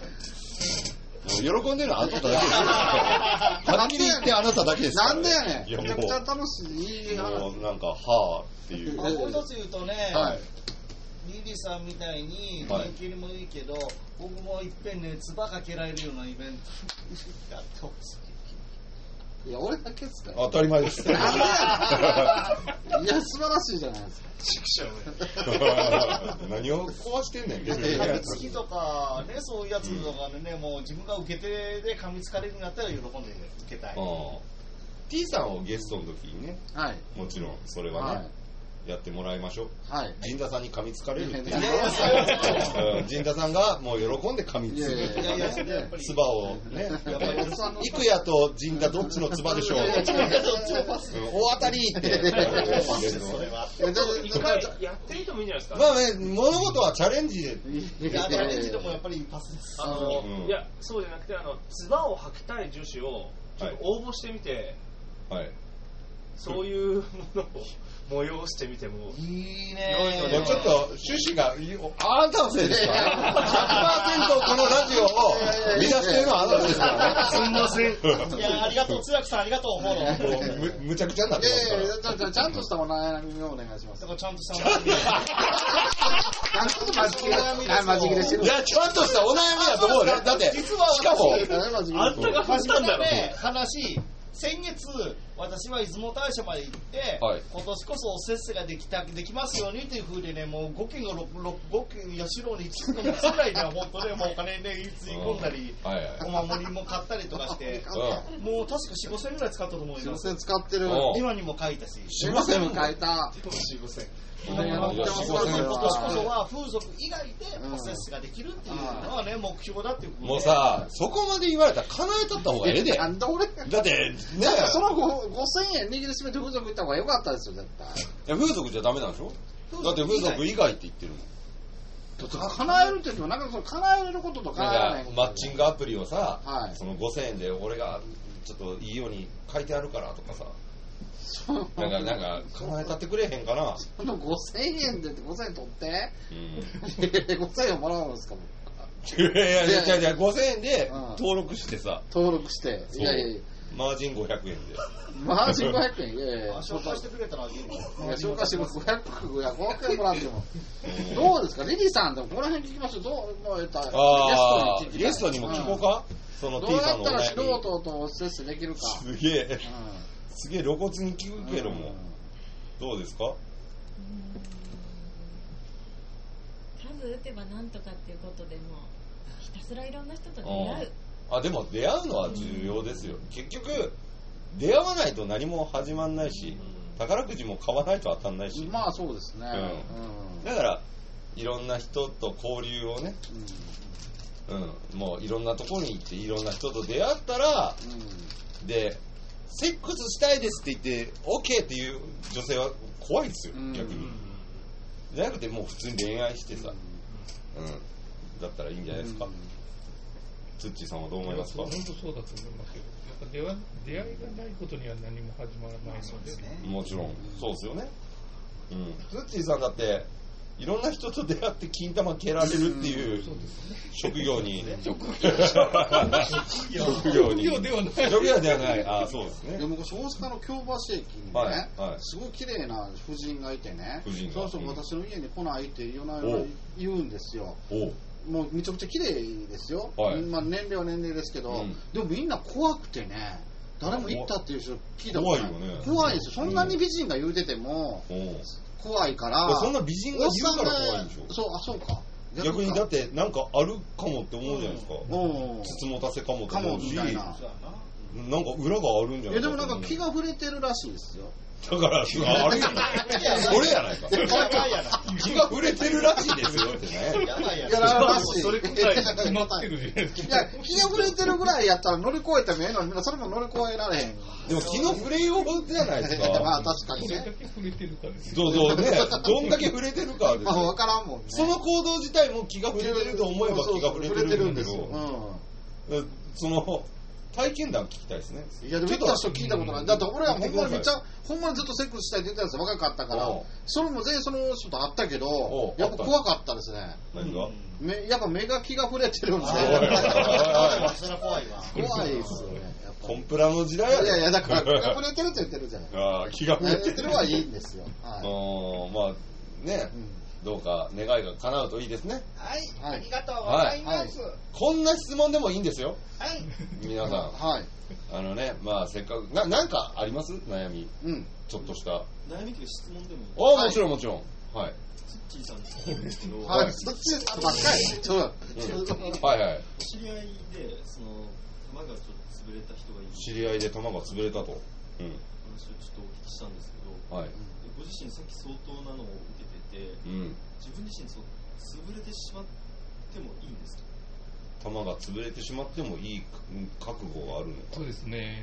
もう喜んでるのはあなただけですよ。はっきり言ってあなただけですから、ね。 なんでやねん。 いやめちゃくちゃ楽しい。いい話。 もうなんか、はぁっていう。 もう一つ言うとね、 はい、 リリーさんみたいに人気にもいいけど、はい、僕もいっぺんね、唾かけられるようなイベントやってほしい。 いや、俺だけっすか当たり前です。 なんでやいや、素晴らしいじゃないですか。 ちくしょう。何を壊してんねん。 噛みつきとか、ね、そういうやつとかでね、もう自分が受け手で噛みつかれるんだったら喜んで受けたい。 T さんをゲストの時にね、 はい、 もちろんそれはね、はい、やってもらいましょう。はい。陣田さんに噛みつかれるっていう。陣田さんがもう喜んで噛みつく。いやいや、つばをね。幾谷と陣田どっちのつばでしょう。大当たりって。 それは。一回やってみてもいいんじゃないですか。 まあね、物事はチャレンジで。 チャレンジでもやっぱりパスです。 あの、いや、そうじゃなくて、あの、つばを吐きたい女子をちょっと応募してみて、はい。そういうものを催してみてもいいね。 もうちょっと趣旨があなたのせいですからね。ひゃくパーセント このラジオを乱してるのはあなたですからね。 すみません。 いや、ありがとう、つやくさんありがとう。もうむむちゃくちゃになってますから。 いやいや、ちゃん、ちゃんとしたお悩みをお願いします。 だからちゃんとしたお悩み。 マジ切れしてる。 いや、ちゃんとしたお悩みだと思うね。だって実はしかもあんたが話したんだろ。 話。先月、私は出雲大社まで行って、はい、今年こそおせっせができたできますようにというふうでね、もうごけんがごけん、社にいつつのぐらいでは本当ね、もうお金ね、つぎ込んだり、はいはい、お守りも買ったりとかして、うん、もう確かよん、ごせんぐらい使ったと思うよ。 よんせん使ってる。 今にも書いたし。 よん、ごせんも書いた。 よん、ごせん。今年こそは風俗以外でおせっせができるっていうのはね、目標だっていうことで。 もうさ、そこまで言われたら叶えとった方がええで。 なんで俺だってね、 そのごせんえん握りしめて風俗行った方が良かったですよ、絶対。いや、風俗じゃダメなんでしょ。だって風俗以外って言ってるもん。 叶えるって言っても、なんかその叶えれることと叶えられないこと。 マッチングアプリをさ、 はい、 そのごせんえんで俺がちょっといいように書いてあるからとかさ。なんか、なんか、叶えたってくれへんかな。 そのごせんえんでごせんえん取って、うん、ごせんえんをもらうんですか、 いやいやいやいや、ごせんえんで登録してさ。 登録して。いやいやいや。 マージンごひゃくえんで。 マージンごひゃくえんいやいや。 紹介してくれたらいいの？ いや、紹介してくれごひゃく、ごひゃくえんもらっても。どうですか、リリーさん、でもこの辺聞きましょう。どう、どうやったら、 あー、ゲストにも聞こうか、その T さんのお悩み。 どうやったら素人と接種できるか。 すげえ。すげえ露骨に聞くけども、どうですか？ 数打てばなんとかっていうことでもひたすらいろんな人と出会う。 あ、でも出会うのは重要ですよ。結局出会わないと何も始まんないし、宝くじも買わないと当たんないし。 まあそうですね。 うん、だからいろんな人と交流をね、うん、うん、もういろんなところに行っていろんな人と出会ったら、うん、で。セックスしたいですって言って OK っていう女性は怖いですよ、逆に。じゃなくてもう普通に恋愛してさ、うん、だったらいいんじゃないですか。ツッチーさんはどう思いますか？ 本当そうだと思いますけど、やっぱ出会いがないことには何も始まらないので、ね、 もちろんそうですよね。うん、ツッチーさんだっていろんな人と出会って金玉蹴られるっていう職業に、職業に、 職業ではない、 職業ではない、あ、そうですね。 でも大阪の京橋駅にね、はいはい、すごい綺麗な婦人がいてね、そうそう、私の家に来ないって夜な夜な言うんですよ。もうめちゃくちゃ綺麗ですよ、はい、まあ、年齢は年齢ですけど、うん、でもみんな怖くてね、誰も行ったっていう人聞いたことない。怖いよね。怖いですよ。そんなに美人が言うてても、うん、怖いから。 そんな美人が言うから怖いんでしょ。 そう、あ、そうか。 逆にだってなんかあるかもって思うじゃないですか。うん、つつもたせかもって思うし、なんか裏があるんじゃないですか。 でもなんか気が触れてるらしいですよ。 だから、あれやないそれやないか。気が触れてるらしいですよってね。 やばいやらしい。 それくらい決まってるじゃないですか。 いや、気が触れてるぐらいやったら乗り越えてもええのに、それも乗り越えられへん。 でも気の触れようじゃないですか。 まあ確かにね。 どれだけ触れてるかですよ。 そうそうね。どんだけ触れてるかですよ。 まあ分からんもんね。 その行動自体も気が触れてると思えば気が触れてるんですよ。 うん。その、体験談聞きたいですね。 いやでも行った人聞いたことない。だって俺はほんまにめっちゃほんまにずっとセックスしたいって言ってたんですよ。若かったから。それも全員その人と会ったけど、やっぱ怖かったですね。 何が？ 目やっぱ目が気が触れてるんで。それは怖いわ。怖いですよね。 コンプラの時代やね。いやいやだから気が触れてるって言ってるじゃない。 ああ気が触れてるはいいんですよ。 はい。まあね。どうか願いが叶うといいですね。 はい、ありがとうございます。 こんな質問でもいいんですよ。 はい。 皆さん。 はい。 あのね、まあせっかくななんかあります悩み。 うん。 ちょっとした悩みというか質問でも。 ああもちろんもちろん。はい。 ツッチーさんそうですけど。 はい。ツッチーさんばっかり。ちょっと。はいはい。 知り合いでその玉がちょっと潰れた人がいる。 知り合いで玉が潰れたと。うん。 話をちょっとお聞きしたんですけど。はい。ご自身さっき相当なのを受けてて、うん、自分自身そう潰れてしまってもいいんですか？ 玉が潰れてしまってもいい覚悟があるのか？ そうですね。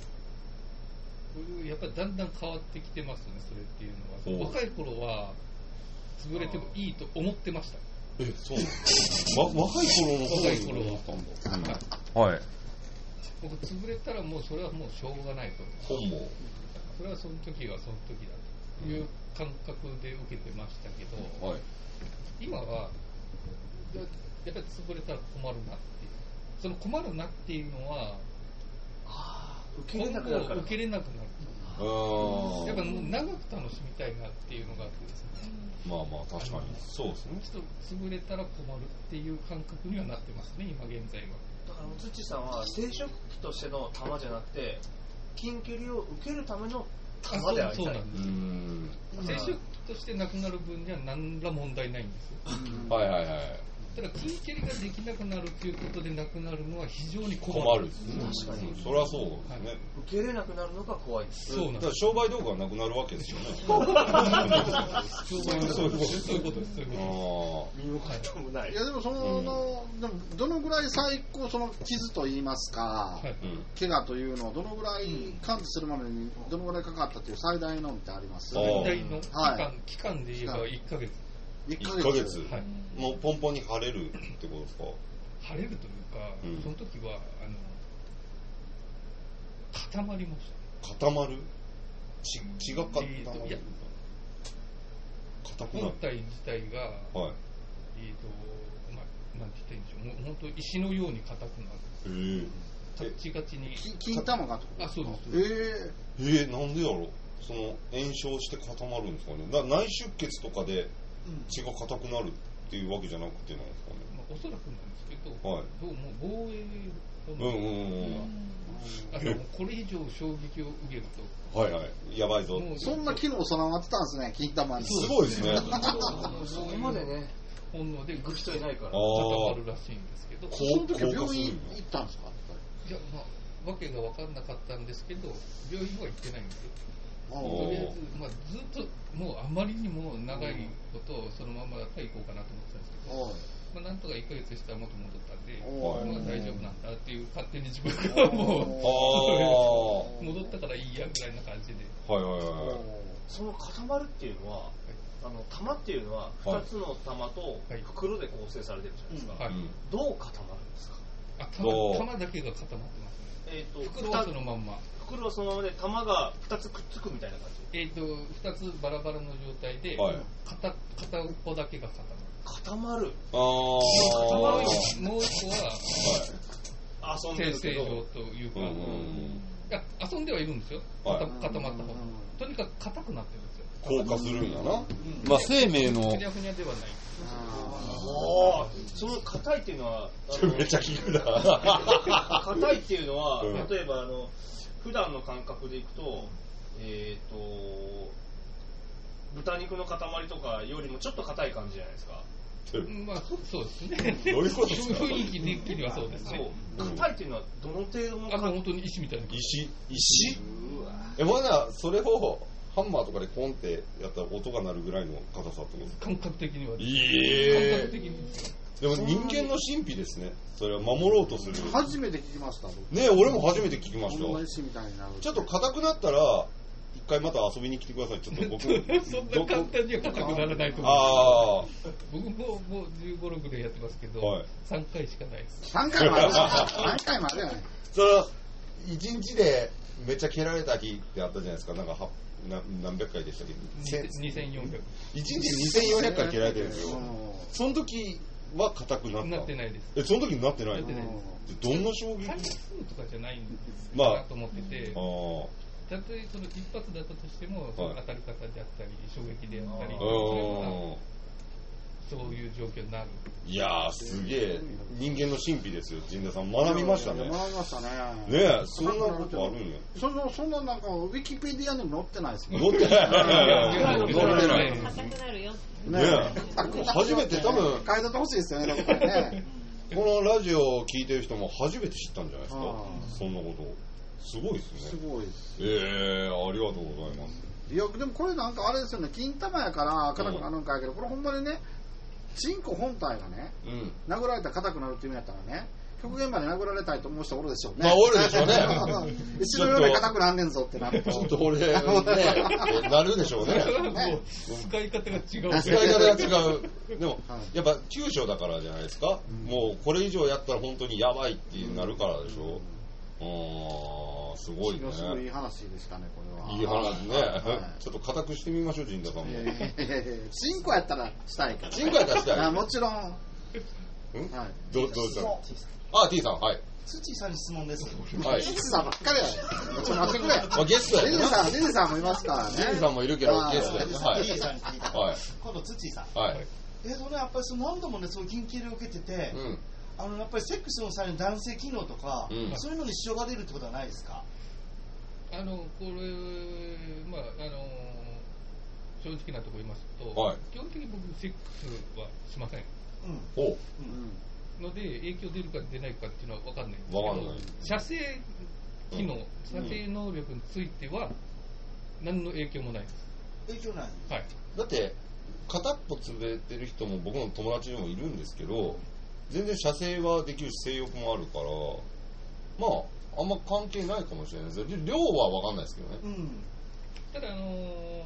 やっぱりだんだん変わってきてますね、それっていうのは。若い頃は潰れてもいいと思ってました。 え、そうなの？若い頃の若い頃は思ったんだ。 はい。はい。 僕潰れたらもうそれはもうしょうがないと。 本望。 それはその時はその時だという感覚で受けてましたけど、はい、今はやっぱり潰れたら困るなっていう、その困るなっていうのは受けれなくなるから、 受けれなくなると、やっぱもう長く楽しみたいなっていうのがあってですね。 まあまあ確かにそうですね。 ちょっと潰れたら困るっていう感覚にはなってますね、今現在は。 だからおつちさんは生殖器としての玉じゃなくて筋切りを受けるための玉でありたい。 そうなんです。生殖器としてなくなる分には何ら問題ないんですよ。 はいはいはい。 ただ筋切りができなくなるということでなくなるのは非常に困る。 困る。 確かに。 それはそうですね。 受け入れなくなるのが怖いです。 そうなんです。 だから商売道具がなくなるわけですよね。 商売道具そういうことです。そういうことです。そういうことです。 身も蓋もない。 いやでもその、うん、でもどのぐらい最高その傷といいますか、はい、怪我というのをどのぐらい完治するまでにどのぐらいかかったという最大のってあります？ 最大の期間、はい、期間で言えばいっかげつ。 いっかげつ、はい、もうポンポンに腫れるってことですか？ 腫れるというか、うん、その時はあの固まりました。 固まる？血、血が固まる？いや、硬くなる。 本体自体が、はい、えっ、ー、と、まあ、なんて言ったらいいんでしょう、もう本当石のように硬くなる。へえ。ガチガチに。 金玉がとあ、そうです。 ええー、えー、なんでやろう？その炎症して固まるんですかね。な内出血とかで血が硬くなるっていうわけじゃなくてなんですかね。 まあ、おそらくなんですけど、はい、どうも防衛本能が、うんうんうん、これ以上衝撃を受けると、 はいはい、やばいぞ。もうそんな機能備わってたんですね、金玉に。 すごいですね。 そこまでね、 本能で行く人いないから固まるらしいんですけど、 その時病院行ったんですか？ いや、まあ、わけが分かんなかったんですけど、病院は行ってないんですよ。とりあえず、まあ、ずっともうあまりにも長いことをそのまま行こうかなと思ってたんですけど、まあ、なんとかいっかげつしたら元戻ったんで、まあ、大丈夫なんだっていう勝手に自分がもう戻ったからいいやぐらいな感じで、 はいはいはい、 その固まるっていうのは、はい、あの玉っていうのはふたつの玉と袋で構成されてるじゃないですか、はい、どう固まるんですか？ あ、玉, 玉だけが固まってますね。えー、と袋はそのまんま、 袋はそのままで玉がふたつくっつくみたいな感じ。 えっ、ー、とふたつバラバラの状態で、はい、片片っぽだけが固まる。 固まる。 ああ。固まる。もう一個は、 はい、遊んでるけど正常というか、うんうん、いや遊んではいるんですよ。はい、固まった方が、とにかく硬くなってるんですよ。 硬化するんやな。うん、まあ生命の。 ふにゃふにゃではない。 ああ、その硬いっていうのはめっちゃ効くな。 硬いっていうのは、うん、例えばあの普段の感覚でいくと、えっ、ー、と豚肉の塊とかよりもちょっと硬い感じじゃないですか。 まあそうですね。 どういうことですか？ 雰囲気的にはそうですね。 硬いっていうのはどの程度の？ あ、本当に石みたいな。 石石？え、まだそれをハンマーとかでコンってやったら音が鳴るぐらいの硬さってこと？ 感覚的には。 いえ。 感覚的に。 でも人間の神秘ですね。それは守ろうとする。 初めて聞きました。 ね、俺も初めて聞きました。 ちょっと硬くなったら一回また遊びに来てください。ちょっと僕もそんな簡単には硬くならないと思う。 ああ。僕ももうじゅうご、ろくでやってますけど、はい、さんかいしかないです。 さんかいもある。さんかいもあるやない。 そのいちにちでめっちゃ蹴られた日ってあったじゃないですか。なんかはな何百回でしたっけ？ にせんよんひゃく。 いちにちにせんよんひゃくかい蹴られてるんですよ。その時は硬くなった。 なってないです。 え、その時になってない。 なってないです。 どんな衝撃？ 回数とかじゃないんですまあなと思ってて。あたとえその一発だったとしても、その当たり方であったり、衝撃であったり、そういう状況になる。 いやー、すげえ、人間の神秘ですよ、陣田さん。学びましたね。 学びましたね。 ねえ、そんなことあるんや。 そんな、そんななんか、ウィキペディアに載ってないですよ。載ってない。載ってない。 硬くなるよ。 ねえ、初めて多分、 書いててほしいですよね、どっかにね。 このラジオを聞いてる人も初めて知ったんじゃないですか、そんなことを。すごいですね。 すごいです。 ええー、ありがとうございます。 いや、でもこれなんかあれですよね、金玉やから硬くなるんかやけど、うん、これほんまにね、チンコ本体がね、うん、殴られたら硬くなるっていう意味やったらね、極限まで殴られたいと思う人おるでしょうね。 まあ、おるでしょうね。 後ろより硬くなんねんぞってなると。 ちょっと俺、ね、なるでしょうね。 ね使い方が違う。 使い方が違う。でも、やっぱ急所だからじゃないですか。うん、もうこれ以上やったら本当にやばいってなるからでしょ。うんああ、すごいね。 すごいいい話でしたね、これは。 いい話ね。はい、ちょっと固くしてみましょう、陣田さんも。 チンコやったらしたいから。 チンコやったらしたい。 もちろん。んはい。どう、どうしたの？あ、T さん、はい。 土さんに質問です。 はい。 土さんばっかりやね。ちょっと待ってくれ。 まあ、ゲストやね。 リリさん、リリさんもいますからね。 リリさんもいるけど、ゲストやね。はい。 リリさんに聞いた。はい。今度、土さん。 はい。 えっとね、やっぱりその何度もね、そういう緊急で受けてて、うん。あのやっぱりセックスの際の男性機能とか、うん、そういうのに支障が出るってことはないですか？ あのこれまああの正直なところ言いますと、はい、基本的に僕セックスはしません。 うん。おう。 うん、ので影響出るか出ないかっていうのは分かんないんですけど、 分かんない。 射精機能、うん、射精能力については何の影響もないです。 影響ない。 はい。 だって片っぽ潰れてる人も僕の友達にもいるんですけど。全然射精はできるし性欲もあるからまああんま関係ないかもしれないです量は分かんないですけどね、うん、 ただあのーうん、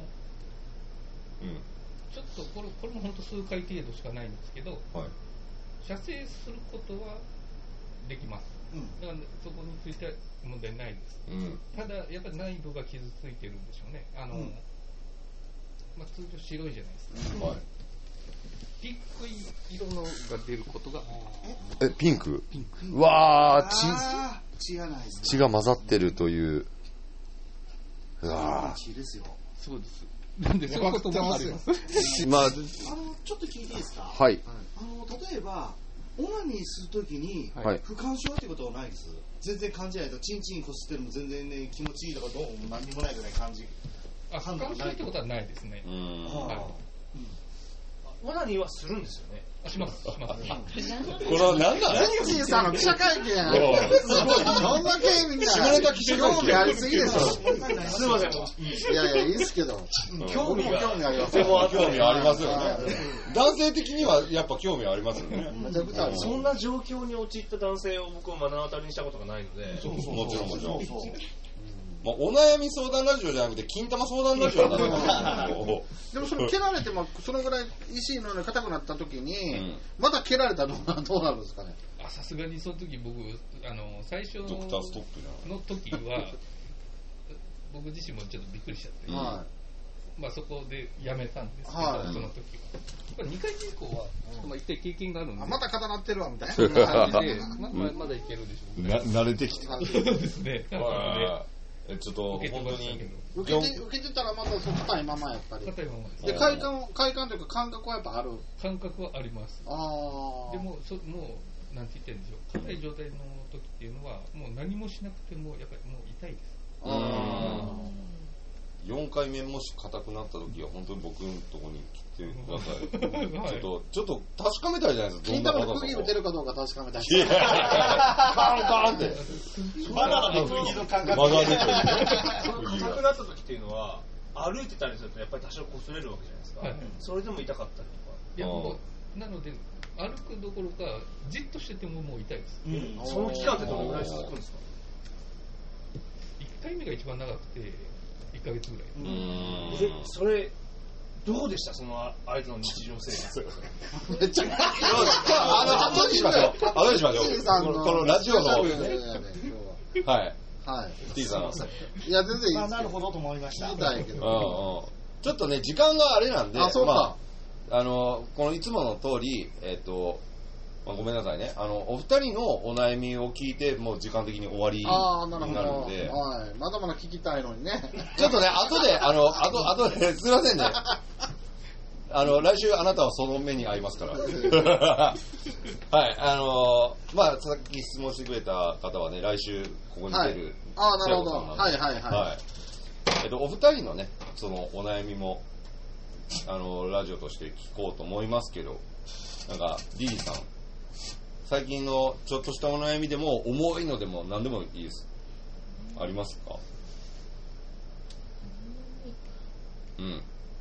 ちょっとこれ、これも本当数回程度しかないんですけど、はい、射精することはできます、うん、だからそこについては問題ないです、うん、ただやっぱり内部が傷ついてるんでしょうねあのー、うんまあ、通常白いじゃないですか、うんはいピンク色のが出ることがえピンクピンクうわー血血がないです、ね、 血が混ざってるといううわー血ですよそうですなんでそういうこともありますまあ、あのちょっと聞いていいですかはい、 あの例えばオナニーするときに、はい、不干渉ってことはないです全然感じないとチンチンこすってるのも全然ね気持ちいいとかどうも何にもないぐらい感じあ不干渉ってことはないですねうん、はいオナニーはするんですよね。 します。します。 このなんだ。 ジンジンさんの記者会見や。すごい。どんな経験が。 下ネタ記者会見。 興味ありすぎでしょ。 すみません。いやいやいいですけど。 興味が興味あります。 興味ありますよね。男性的にはやっぱ興味ありますよね。 そんな状況に陥った男性を僕は目の当たりにしたことがないので。 もちろんもちろん。まあ、お悩み相談ラジオじゃなくて金玉相談ラジオだねでもその蹴られてもそのぐらい石のように硬くなった時に、うん、また蹴られたらどうなるんですかねあさすがにその時僕あの最初のドクターストップじゃんの時は僕自身もちょっとびっくりしちゃって、はいまあ、そこでやめたんですけど、はい、その時はにかいめ以降はちょっと一回経験があるんでまた固なってるわみたいな感じでま, ま, まだいけるでしょう、ね、 な慣れてきてそうですねえちょっと本当に受けて受けてたらまた硬いままやっぱり硬いままですで快感快感というか感覚はやっぱある感覚はありますあでもそもうなんて言ってるんでしょう硬い状態の時っていうのはもう何もしなくてもやっぱりもう痛いですあよんかいめもし硬くなった時は本当に僕のところに来てください、はい、ちょっとちょっと確かめたいじゃないですか金玉の釘打てるかどうか確かめたいカーンカーンってバナナの釘の感覚曲がるという硬くなった時っていうのは歩いてたりするとやっぱり多少擦れるわけじゃないですか、はい、それでも痛かったりとか。 いやもうなので歩くどころかじっとしててももう痛いです、 うん、その期間ってどのぐらい続くんですか？ いっかいめが一番長くていっかげつぐらい。 うーんえそれどうでしたその間の日常生活？ めっちゃあの後にしましょう後にしましょうこのラジオのはいはい T さんいや全然いいです。 なるほどと思いました。 ちょっとね時間があれなんであそうか、まあ、あのこのいつもの通りえっ、ー、とまあ、ごめんなさいねあのお二人のお悩みを聞いてもう時間的に終わりになるんで、 はい、まだまだ聞きたいのにねちょっとね後であの後後ですいませんねあの来週あなたはその目に遭いますからはいあのまあさっき質問してくれた方はね来週ここに出る、 はい、ああなるほどはいはいはい、はい、 えっとお二人のねそのお悩みもあのラジオとして聞こうと思いますけどなんか D さん最近のちょっとしたお悩みでも重いのでも何でもいいですありますか？うん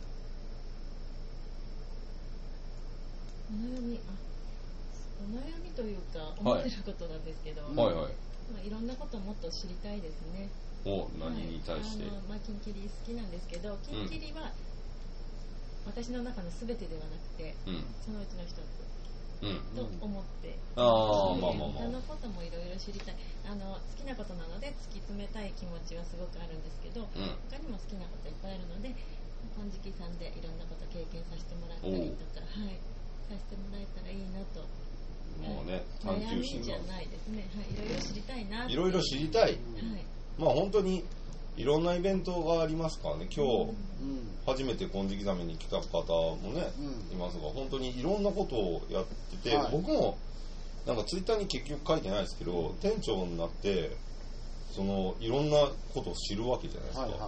お悩みあお悩みというか思ってることなんですけど、 はいはいはいまあ、いろんなことをもっと知りたいですね。 お何に対して、 はい、あのまあ、キンキリ好きなんですけどキンキリは私の中の全てではなくて、うん、そのうちの一つと思って、うん、あまあまあまあ他のこともいろいろ知りたいあの好きなことなので突き詰めたい気持ちはすごくあるんですけど、うん、他にも好きなこといっぱいあるので本敷さんでいろんなこと経験させてもらったりとか、はい、させてもらえたらいいなと。 もうね探求心が悩みじゃないですね、はい、いろいろ知りたいなっていろいろ知りたい、はい、まあ本当にいろんなイベントがありますからね今日、うん、初めて金色ザメに来た方もね、うん、いますが本当にいろんなことをやってて、はい、僕もなんかツイッターに結局書いてないですけど店長になってそのいろんなことを知るわけじゃないですか、はいはいはい、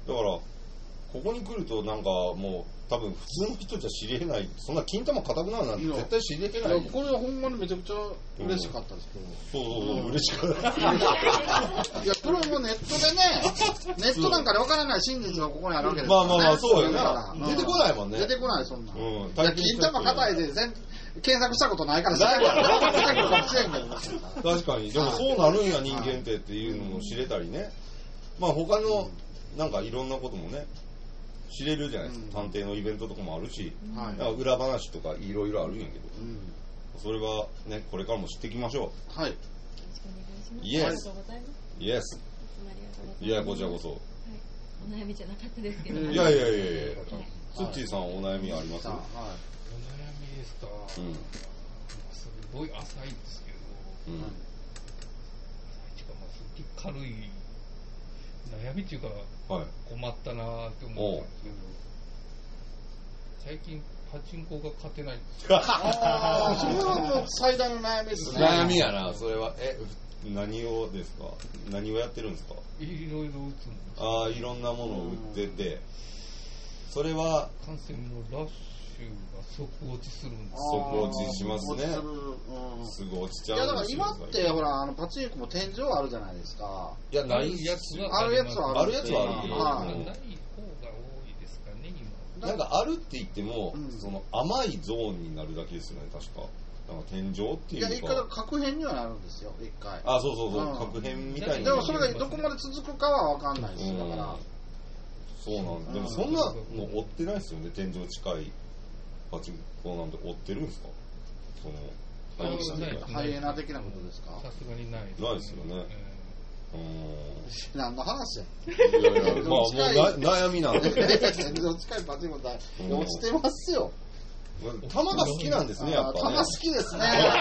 だからここに来るとなんかもう多分普通の人じゃ知り得ないそんな金玉硬くなるなんて絶対知り得ない。 いやこれはほんまにめちゃくちゃ嬉しかったですけど、 うん、そうそうそう、うん、嬉しかったいやこれもネットでねネットなんかで分からない真実がここにあるわけですから、ね、まあまあまあそうよね、うん、出てこないもんね出てこないそんな、うん、いや金玉硬いで全検索したことないから知らないから出てくるかもしれんけど確かにでもそうなるんや人間ってっていうのも知れたりねまあ他のなんかいろんなこともね知れるじゃないですか、うん、探偵のイベントとかもあるし、うん、だから裏話とかいろいろあるんやけど、うん、それはねこれからも知っていきましょう。はい。 イエス。イエス。いやこちらこそ、はい。 お悩みじゃなかったですけど。 いやいやいやいや。ツッチーさんお悩みあります？はい。 お悩みですか。うん。すごい浅いんですけど。うん。浅いっていうかまあすっげえ軽い。悩みっていうか、はい、困ったなーって思ったんですけど最近パチンコが勝てないんですよああそれはもう最大の悩みですね悩みやなそれはえ何をですか何をやってるんですかいろいろ打つんですああいろんなものを売っててそれは感染のラッシュが即落ちするんです即落ちしますねす,、うん、すぐ落ちちゃうんですよ。 いやだから今ってほらあのパチンコも天井あるじゃないですか。 いやないやつあるやつはあるやつはあるけど、 はい、ない方が多いですかね今。なんかあるって言っても、うん、その甘いゾーンになるだけですよね確か。なんか天井っていうか。いや一回確変にはなるんですよ一回。 あそうそうそう、うん、確変みたいに。 でもそれがどこまで続くかは分かんないです、うん、だから。 そうなんで、でもそんなの追ってないですよね天井近い。パチンコなんて追ってるんですかそのハイエナ的なことですかさすがにないです、 ね、ないですよね、 えー、うん何の話やいやいやまあもう悩みなんで天井近いパチンコだ落ちてますよ玉が好きなんですねやっぱね玉好きですね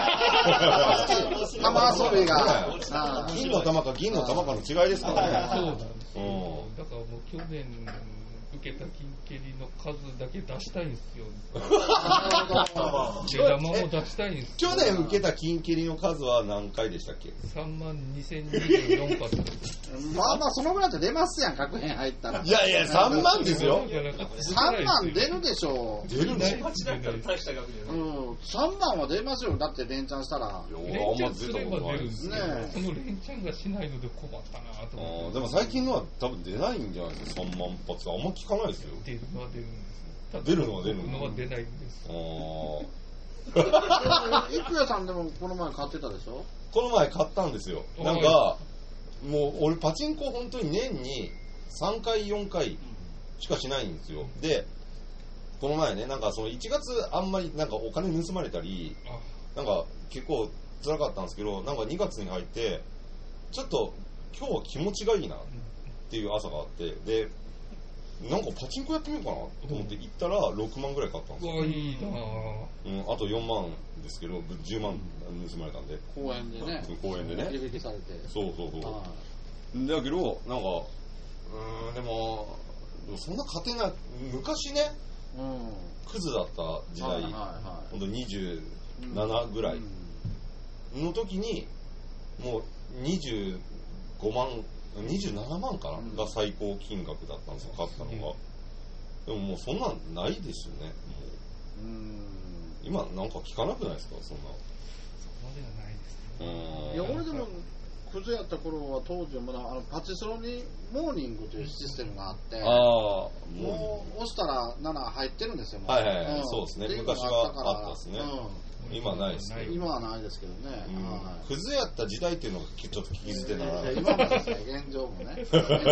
玉遊びが金の玉か銀の玉かの違いですからねそうなんですよ、うん、だからもう去年受けた金蹴りの数だけ出したいんですよ。出玉も出したいんですよ。去年受けた金蹴りの数は何回でしたっけ？ さんまんにせんにじゅうよん発。 まあまあそのぐらいで出ますやん確変入ったら。 いやいやさんまんですよ。 さんまん出るでしょう。 出るね。 はちだったら大した額じゃない。 うん。さんまんは出ますよ。だって連チャンしたら。 連チャンすれば出るんですね。その連チャンがしないので困ったなと思って。 でも最近のは多分出ないんじゃないですかさんまん発。あんま聞聞かないですよ。 出るのは出るんですよ。 出るのは出るのは出ないんです。 ああ。いくやさんでもこの前買ってたでしょ？ この前買ったんですよ。なんか、もう俺パチンコ本当に年にさんかいよんかいしかしないんですよ。で、この前ね、なんかそのいちがつあんまりなんかお金盗まれたり、なんか結構辛かったんですけど、なんかにがつに入って、ちょっと今日は気持ちがいいなっていう朝があって、で、なんかパチンコやってみようかなと思って行ったらろくまんぐらい買ったんですよ。 うわ、いいなぁ、うん、あとよんまんですけど、じゅうまん盗まれたんで。 公園でね。 公園でね。 指引きされて。 そうそうそう。だけど、なんか、うーん、でも、そんな勝てない、昔ね、うん、クズだった時代、はいはいはい、ほんとにじゅうななぐらいの時に、もうにじゅうごまん、にじゅうななまんかな、うん、が最高金額だったんですよ、買ったのが。でももうそんなんないですよね。もう、うん、今なんか聞かなくないですか、そんな。 そこまではないですね。 いや、俺でも、クズやった頃は当時はまだあのパチスロにモーニングというシステムがあって、あもう押したらなな入ってるんですよ。 はいはいはい、うん、そうですね。昔はあったですね。うん、今はないですね。 今はないですけどね。うん、 はい、クズやった時代っていうのがちょっと聞き捨てならない。 今もですね、現状もね。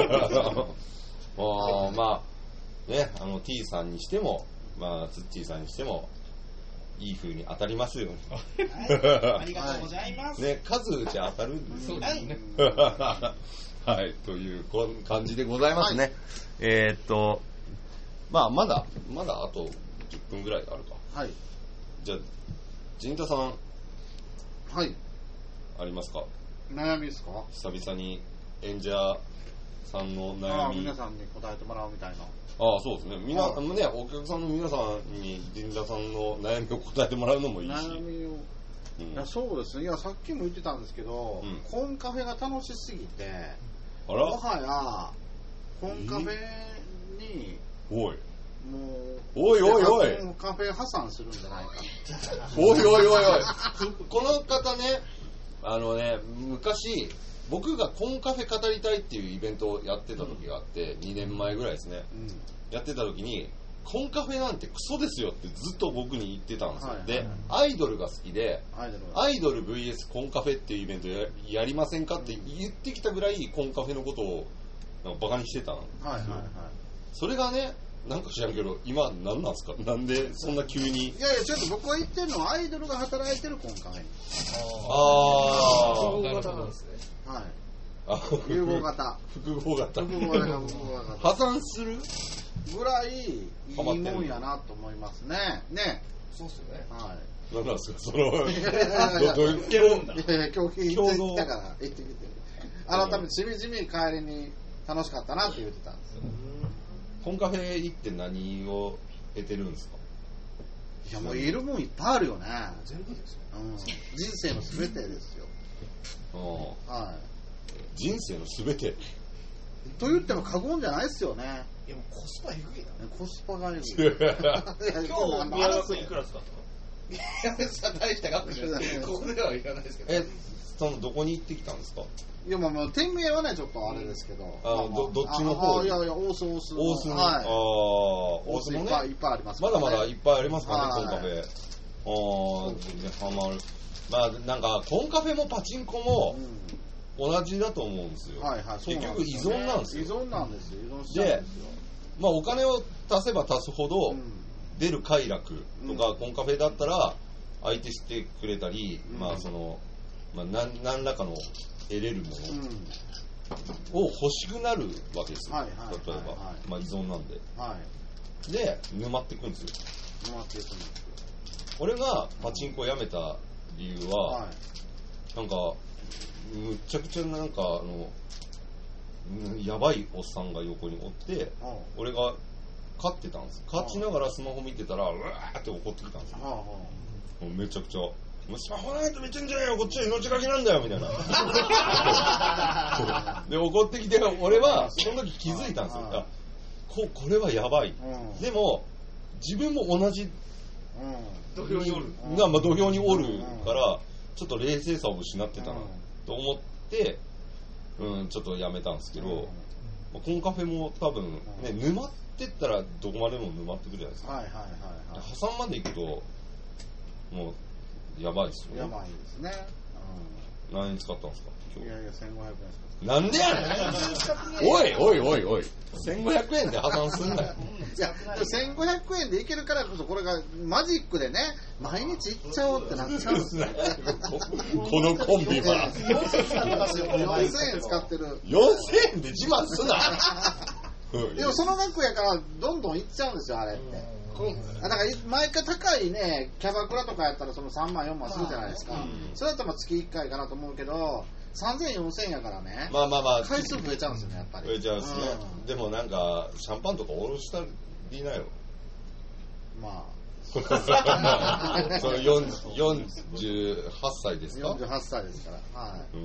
あまあね、あの T さんにしても、まあツッチーさんにしても。いい風に当たりますように。 はい、ありがとうございます。 ね、数打ち当たるんですよね。はい、という感じでございますね。はい、えー、っと、まあ、まだ、まだあとじゅっぷんぐらいあるか。 はい。 じゃあ、陣太さん。 はい。 ありますか？ 悩みですか？ 久々に演者さんの悩み。 皆さんに答えてもらうみたいな。 ああ、そうですね。みな、ね、お客さんの皆さんに陣田さんの悩みを答えてもらうのもいいし。 悩みを、うん、いやそうですね。いや、さっきも言ってたんですけど、うん、コンカフェが楽しすぎて、 あら？ もはや、コンカフェに、 おい。 もう、 おいおいおい。 コンカフェ破産するんじゃないか。 おいおいおいおい。この方ね、あのね、昔、僕がコンカフェ語りたいっていうイベントをやってた時があって、うん、にねんまえぐらいですね、うん、やってた時にコンカフェなんてクソですよってずっと僕に言ってたんですよ、はいはいはい、でアイドルが好きでアイドル、アイドル ブイエス コンカフェっていうイベント や, やりませんかって言ってきたぐらいコンカフェのことをなんかバカにしてたんですよ、はいはいはい、それがねなんか知らんけど今何なんですか、なんでそんな急に。 いやいやちょっと僕が言ってるのはアイドルが働いてるコンカフェ。 ああ複合型なんですね。 はい、融合型複合型複合型破産するぐらいいいもんやなと思いますね。ね。 そうっすよね。 はい。 何なんですかそのどういうけるんだ。いやいや今日行ってきたから行ってきて。改めてしみじみ帰りに楽しかったなって言ってたんですよ。 コンカフェ行って何を得てるんですか？ いやもういるもんいっぱいあるよね。 全部ですよ。 うん。人生のすべてですよ。はい。 人生のすべてと言っても過言じゃないですよね。 いやもうコスパえぐいな。 コスパがえぐい。 今日宮野君いくら使ったの？ 宮野さん大した額じゃない。 ここでは言わないですけど。 え、そのどこに行ってきたんですか？ いやまあまあ店名はねちょっとあれですけど。 あ、まあまあ、どどっちの方？ あいやいや大須大須。 大須に。 はい、ああ大須もねいっぱいあります、 ね。まだまだいっぱいありますからねコンカフェ。ああ全然ハマる。まあなんかコンカフェもパチンコも。うん、同じだと思うんですよ。 はいはい、 結局依存なんですよ。 依存なんですよ。依存しちゃうんですよ。 で、まあお金を足せば足すほど出る快楽とか、うん、コンカフェだったら相手してくれたり、うん、まあそのまあ何何らかの得れるものを欲しくなるわけですよ。はいはいはいはい、例えば、まあ依存なんで。はい、で沼っていくんですよ。 沼っていくんですよ。 俺がパチンコをやめた理由は、はい、なんか。むっちゃくちゃなんかあのやばいおっさんが横におって、うん、俺が勝ってたんです。勝ちながらスマホ見てたらうわーって怒ってきたんですよ、うん、めちゃくちゃスマホなんて見てんじゃねえよこっちは命がけなんだよみたいなで怒ってきて俺はその時気づいたんですよ、あ こ, これはやばい、うん、でも自分も同じ、うん、 土俵におるが、まあ、土俵におるからちょっと冷静さを失ってたな、うんと思って、うん、ちょっとやめたんですけど、うん、コンカフェも多分ね、沼っってったらどこまでも沼ってくるじゃないですか。 はいはいはいはい。 破産まで行くともうやばいですよね。 やばいですね。 うん、何に使ったんですか今日。いやいやせんごひゃくえんしか。 なんでやねんおいおいおいおいせんごひゃくえんで破産すんなよ。 いやせんごひゃくえんでいけるからこそこれがマジックでね毎日行っちゃおうってなっちゃうんですよこのコンビはよんせんえん使ってる。 よんせんえんで自慢すなでもその額やからどんどんいっちゃうんですよあれって。だから毎回高いねキャバクラとかやったらそのさんまんよんまんするじゃないですか、うん、それだったら月いっかいかなと思うけどさんぜんよんせんえんやからね、 まあまあまあ回数増えちゃうんですよねやっぱり。 増えちゃうんですね、うん、でもなんかシャンパンとかおろしたりなよ。まあそのよんじゅうはっさいですか。 よんじゅうはっさいですから、はい、うん、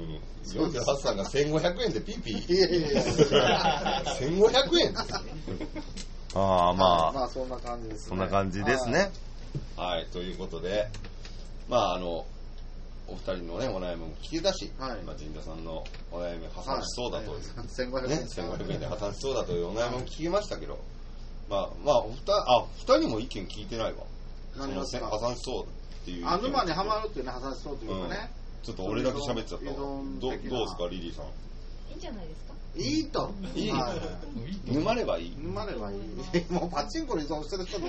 よんじゅうはっさいがせんごひゃくえんでピーピーいやいやいやせんごひゃくえんああまあまあそんな感じですね。 そんな感じですね。はい、はい、ということでまああのお二人のねお悩みも聞けたし、はい、まあ陣田さんのお悩み破産しそうだという、はい、 せんごひゃくえん、 ね、せんごひゃくえんで破産しそうだというお悩みも聞きましたけど、まあまあお二あ二人も意見聞いてないわ。 何がですか。 破産しそうっていう。 あ沼にはまるっていうね破産しそうというかね、 うん。ちょっと俺だけ喋っちゃったわ。どどうですかリリーさん。 いいんじゃないですか。 いいと。 いい。沼ればいい。 沼ればいい。もうパチンコに依存してる人と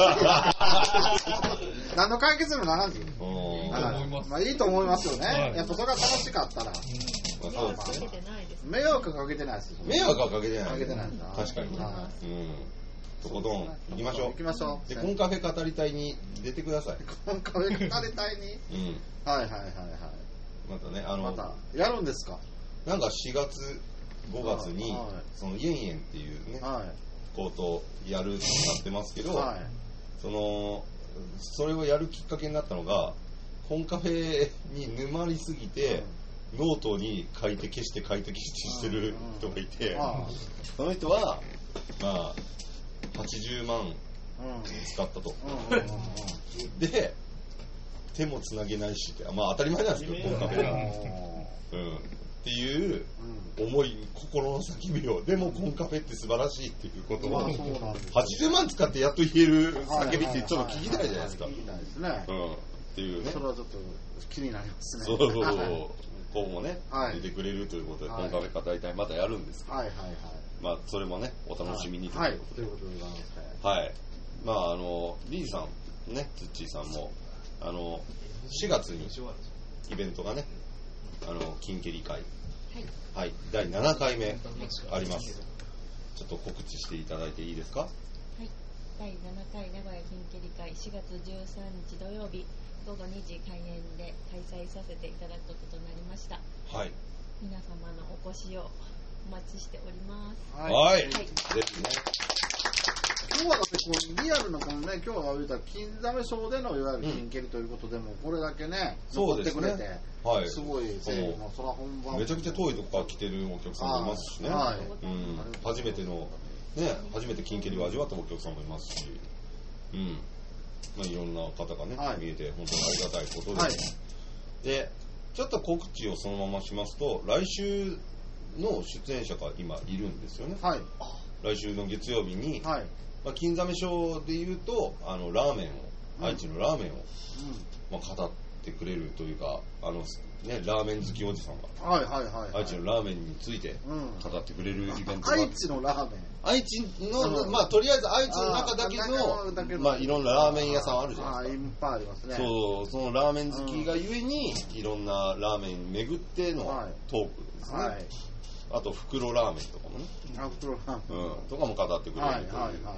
何の解決にもならんし。まあいいと思いますよね。やっぱそれが楽しかったら。 迷惑かけてないです。 迷惑かけてないです。 迷惑はかけてない。 かけてない。 確かに。うん。とことん行きましょう。 行きましょう。 でコンカフェ語りたいに出てください。 コンカフェ語りたいに。うん。はいはいはいはい。 またねあの。 またやるんですか。 なんかしがつごがつにそのイエンイエンっていうねコートをやるってなってますけど、そのそれをやるきっかけになったのがコンカフェに沼りすぎてノートに書いて消して書いて消してしてる人がいて、その人はまあはちじゅうまん使ったと。で手もつなげないしってまあ当たり前なんですけどコンカフェが。うんっていう思い、心の叫びをでもコンカフェって素晴らしいっていうことをはちじゅうまん使ってやっと言える叫びってちょっと聞きたいじゃないですか。 聞きたいですね。 うん、っていうね。 それはちょっと気になりますね。 そうそうそう。今後ね、はい、出てくれるということで、はい、コンカフェ語りたいまたやるんですけど、はいはいはい、まあそれもねお楽しみにということで、はい、ということでございます。はい。まああのリーさんね、ツッチーさんもあのしがつにイベントがね。あの金蹴り会、はいはい、だいななかいめあります。ちょっと告知していただいていいですか。はい、 だいななかい名古屋金蹴り会しがつじゅうさんにち土曜日ごごにじ開演で開催させていただくことになりました。はい、皆様のお越しをお待ちしております。 はい、はい、ぜひね。 今日はだってこうリアルなこのね今日は言うたら金ザメショーでのいわゆる金蹴りということでも、うん、これだけね残ってくれて、はい、すごいせいもそら本番めちゃくちゃ遠いとこから来てるお客さんもいますしね、はいうん、初めてのね初めて金蹴りを味わったお客さんもいますし、うんまあ、いろんな方がね、はい、見えて本当にありがたいことです、はい、でちょっと告知をそのまましますと来週の出演者が今いるんですよね、はい、来週の月曜日に、はいまあ、金ザメショーでいうとあのラーメンを、うん、愛知のラーメンを、うんまあ、語ってくれるというかあの、ね、ラーメン好きおじさんが、はいはいはいはい、愛知のラーメンについて語ってくれるイベントが、 うん、愛知のラーメン愛知の、うん、まあとりあえず愛知の中だけのまあいろんなラーメン屋さんあるじゃないですか。 あいっぱいありますね。 そうそのラーメン好きがゆえに、うん、いろんなラーメン巡ってのトークですね、はいはいあと袋ラーメンとかもねあ袋ラーメン、 うん、とかも語ってくれるという、はいはいはい、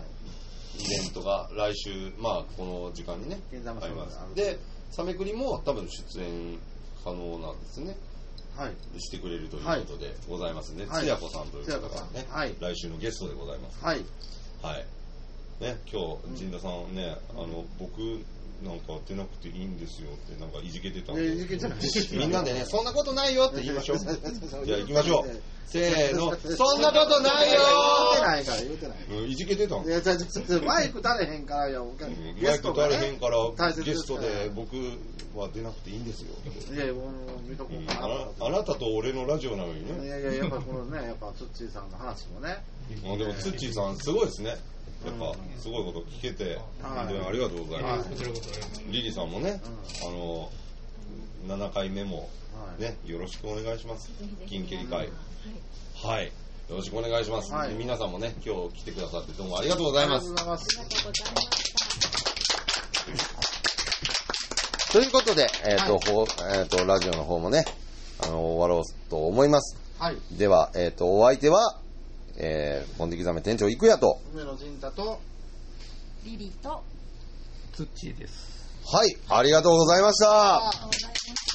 イベントが来週まあこの時間にねあります。でサメクリも多分出演可能なんですね、はい、してくれるということでございますね、はい、つやこさんという方がね、はい、来週のゲストでございますはい、はいね、今日陣田さんね、うん、あの僕なんか出なくていいんですよってなんかいじけてたんで、みんなでねそんなことないよって言いましょうじゃあ行きましょうせーのそんなことないよ言うてないから言うてない、 うん、いじけてたんいやマイク垂れへんからよ、 うん、マイク垂れへんからゲストで僕は出なくていいんですよいやいやもう見とこうかな、 うん、あ, あなたと俺のラジオなのにねいやいややっぱこのねやっぱツッチーさんの話もねでもツッチーさんすごいですねやっぱすごいこと聞けて本当にありがとうございます。リリーさんもね、あのななかいめもねよろしくお願いします。金切り会、はい、よろしくお願いします。皆さんもね今日来てくださってどうもありがとうございます。ということで、えーとほえーとラジオの方もねあの終わろうと思います。はい、では、えーとお相手はえー、ポンデキザメ店長いくやと梅野陣太とリリとツッチーです。 はい、ありがとうございました。 ありがとうございました。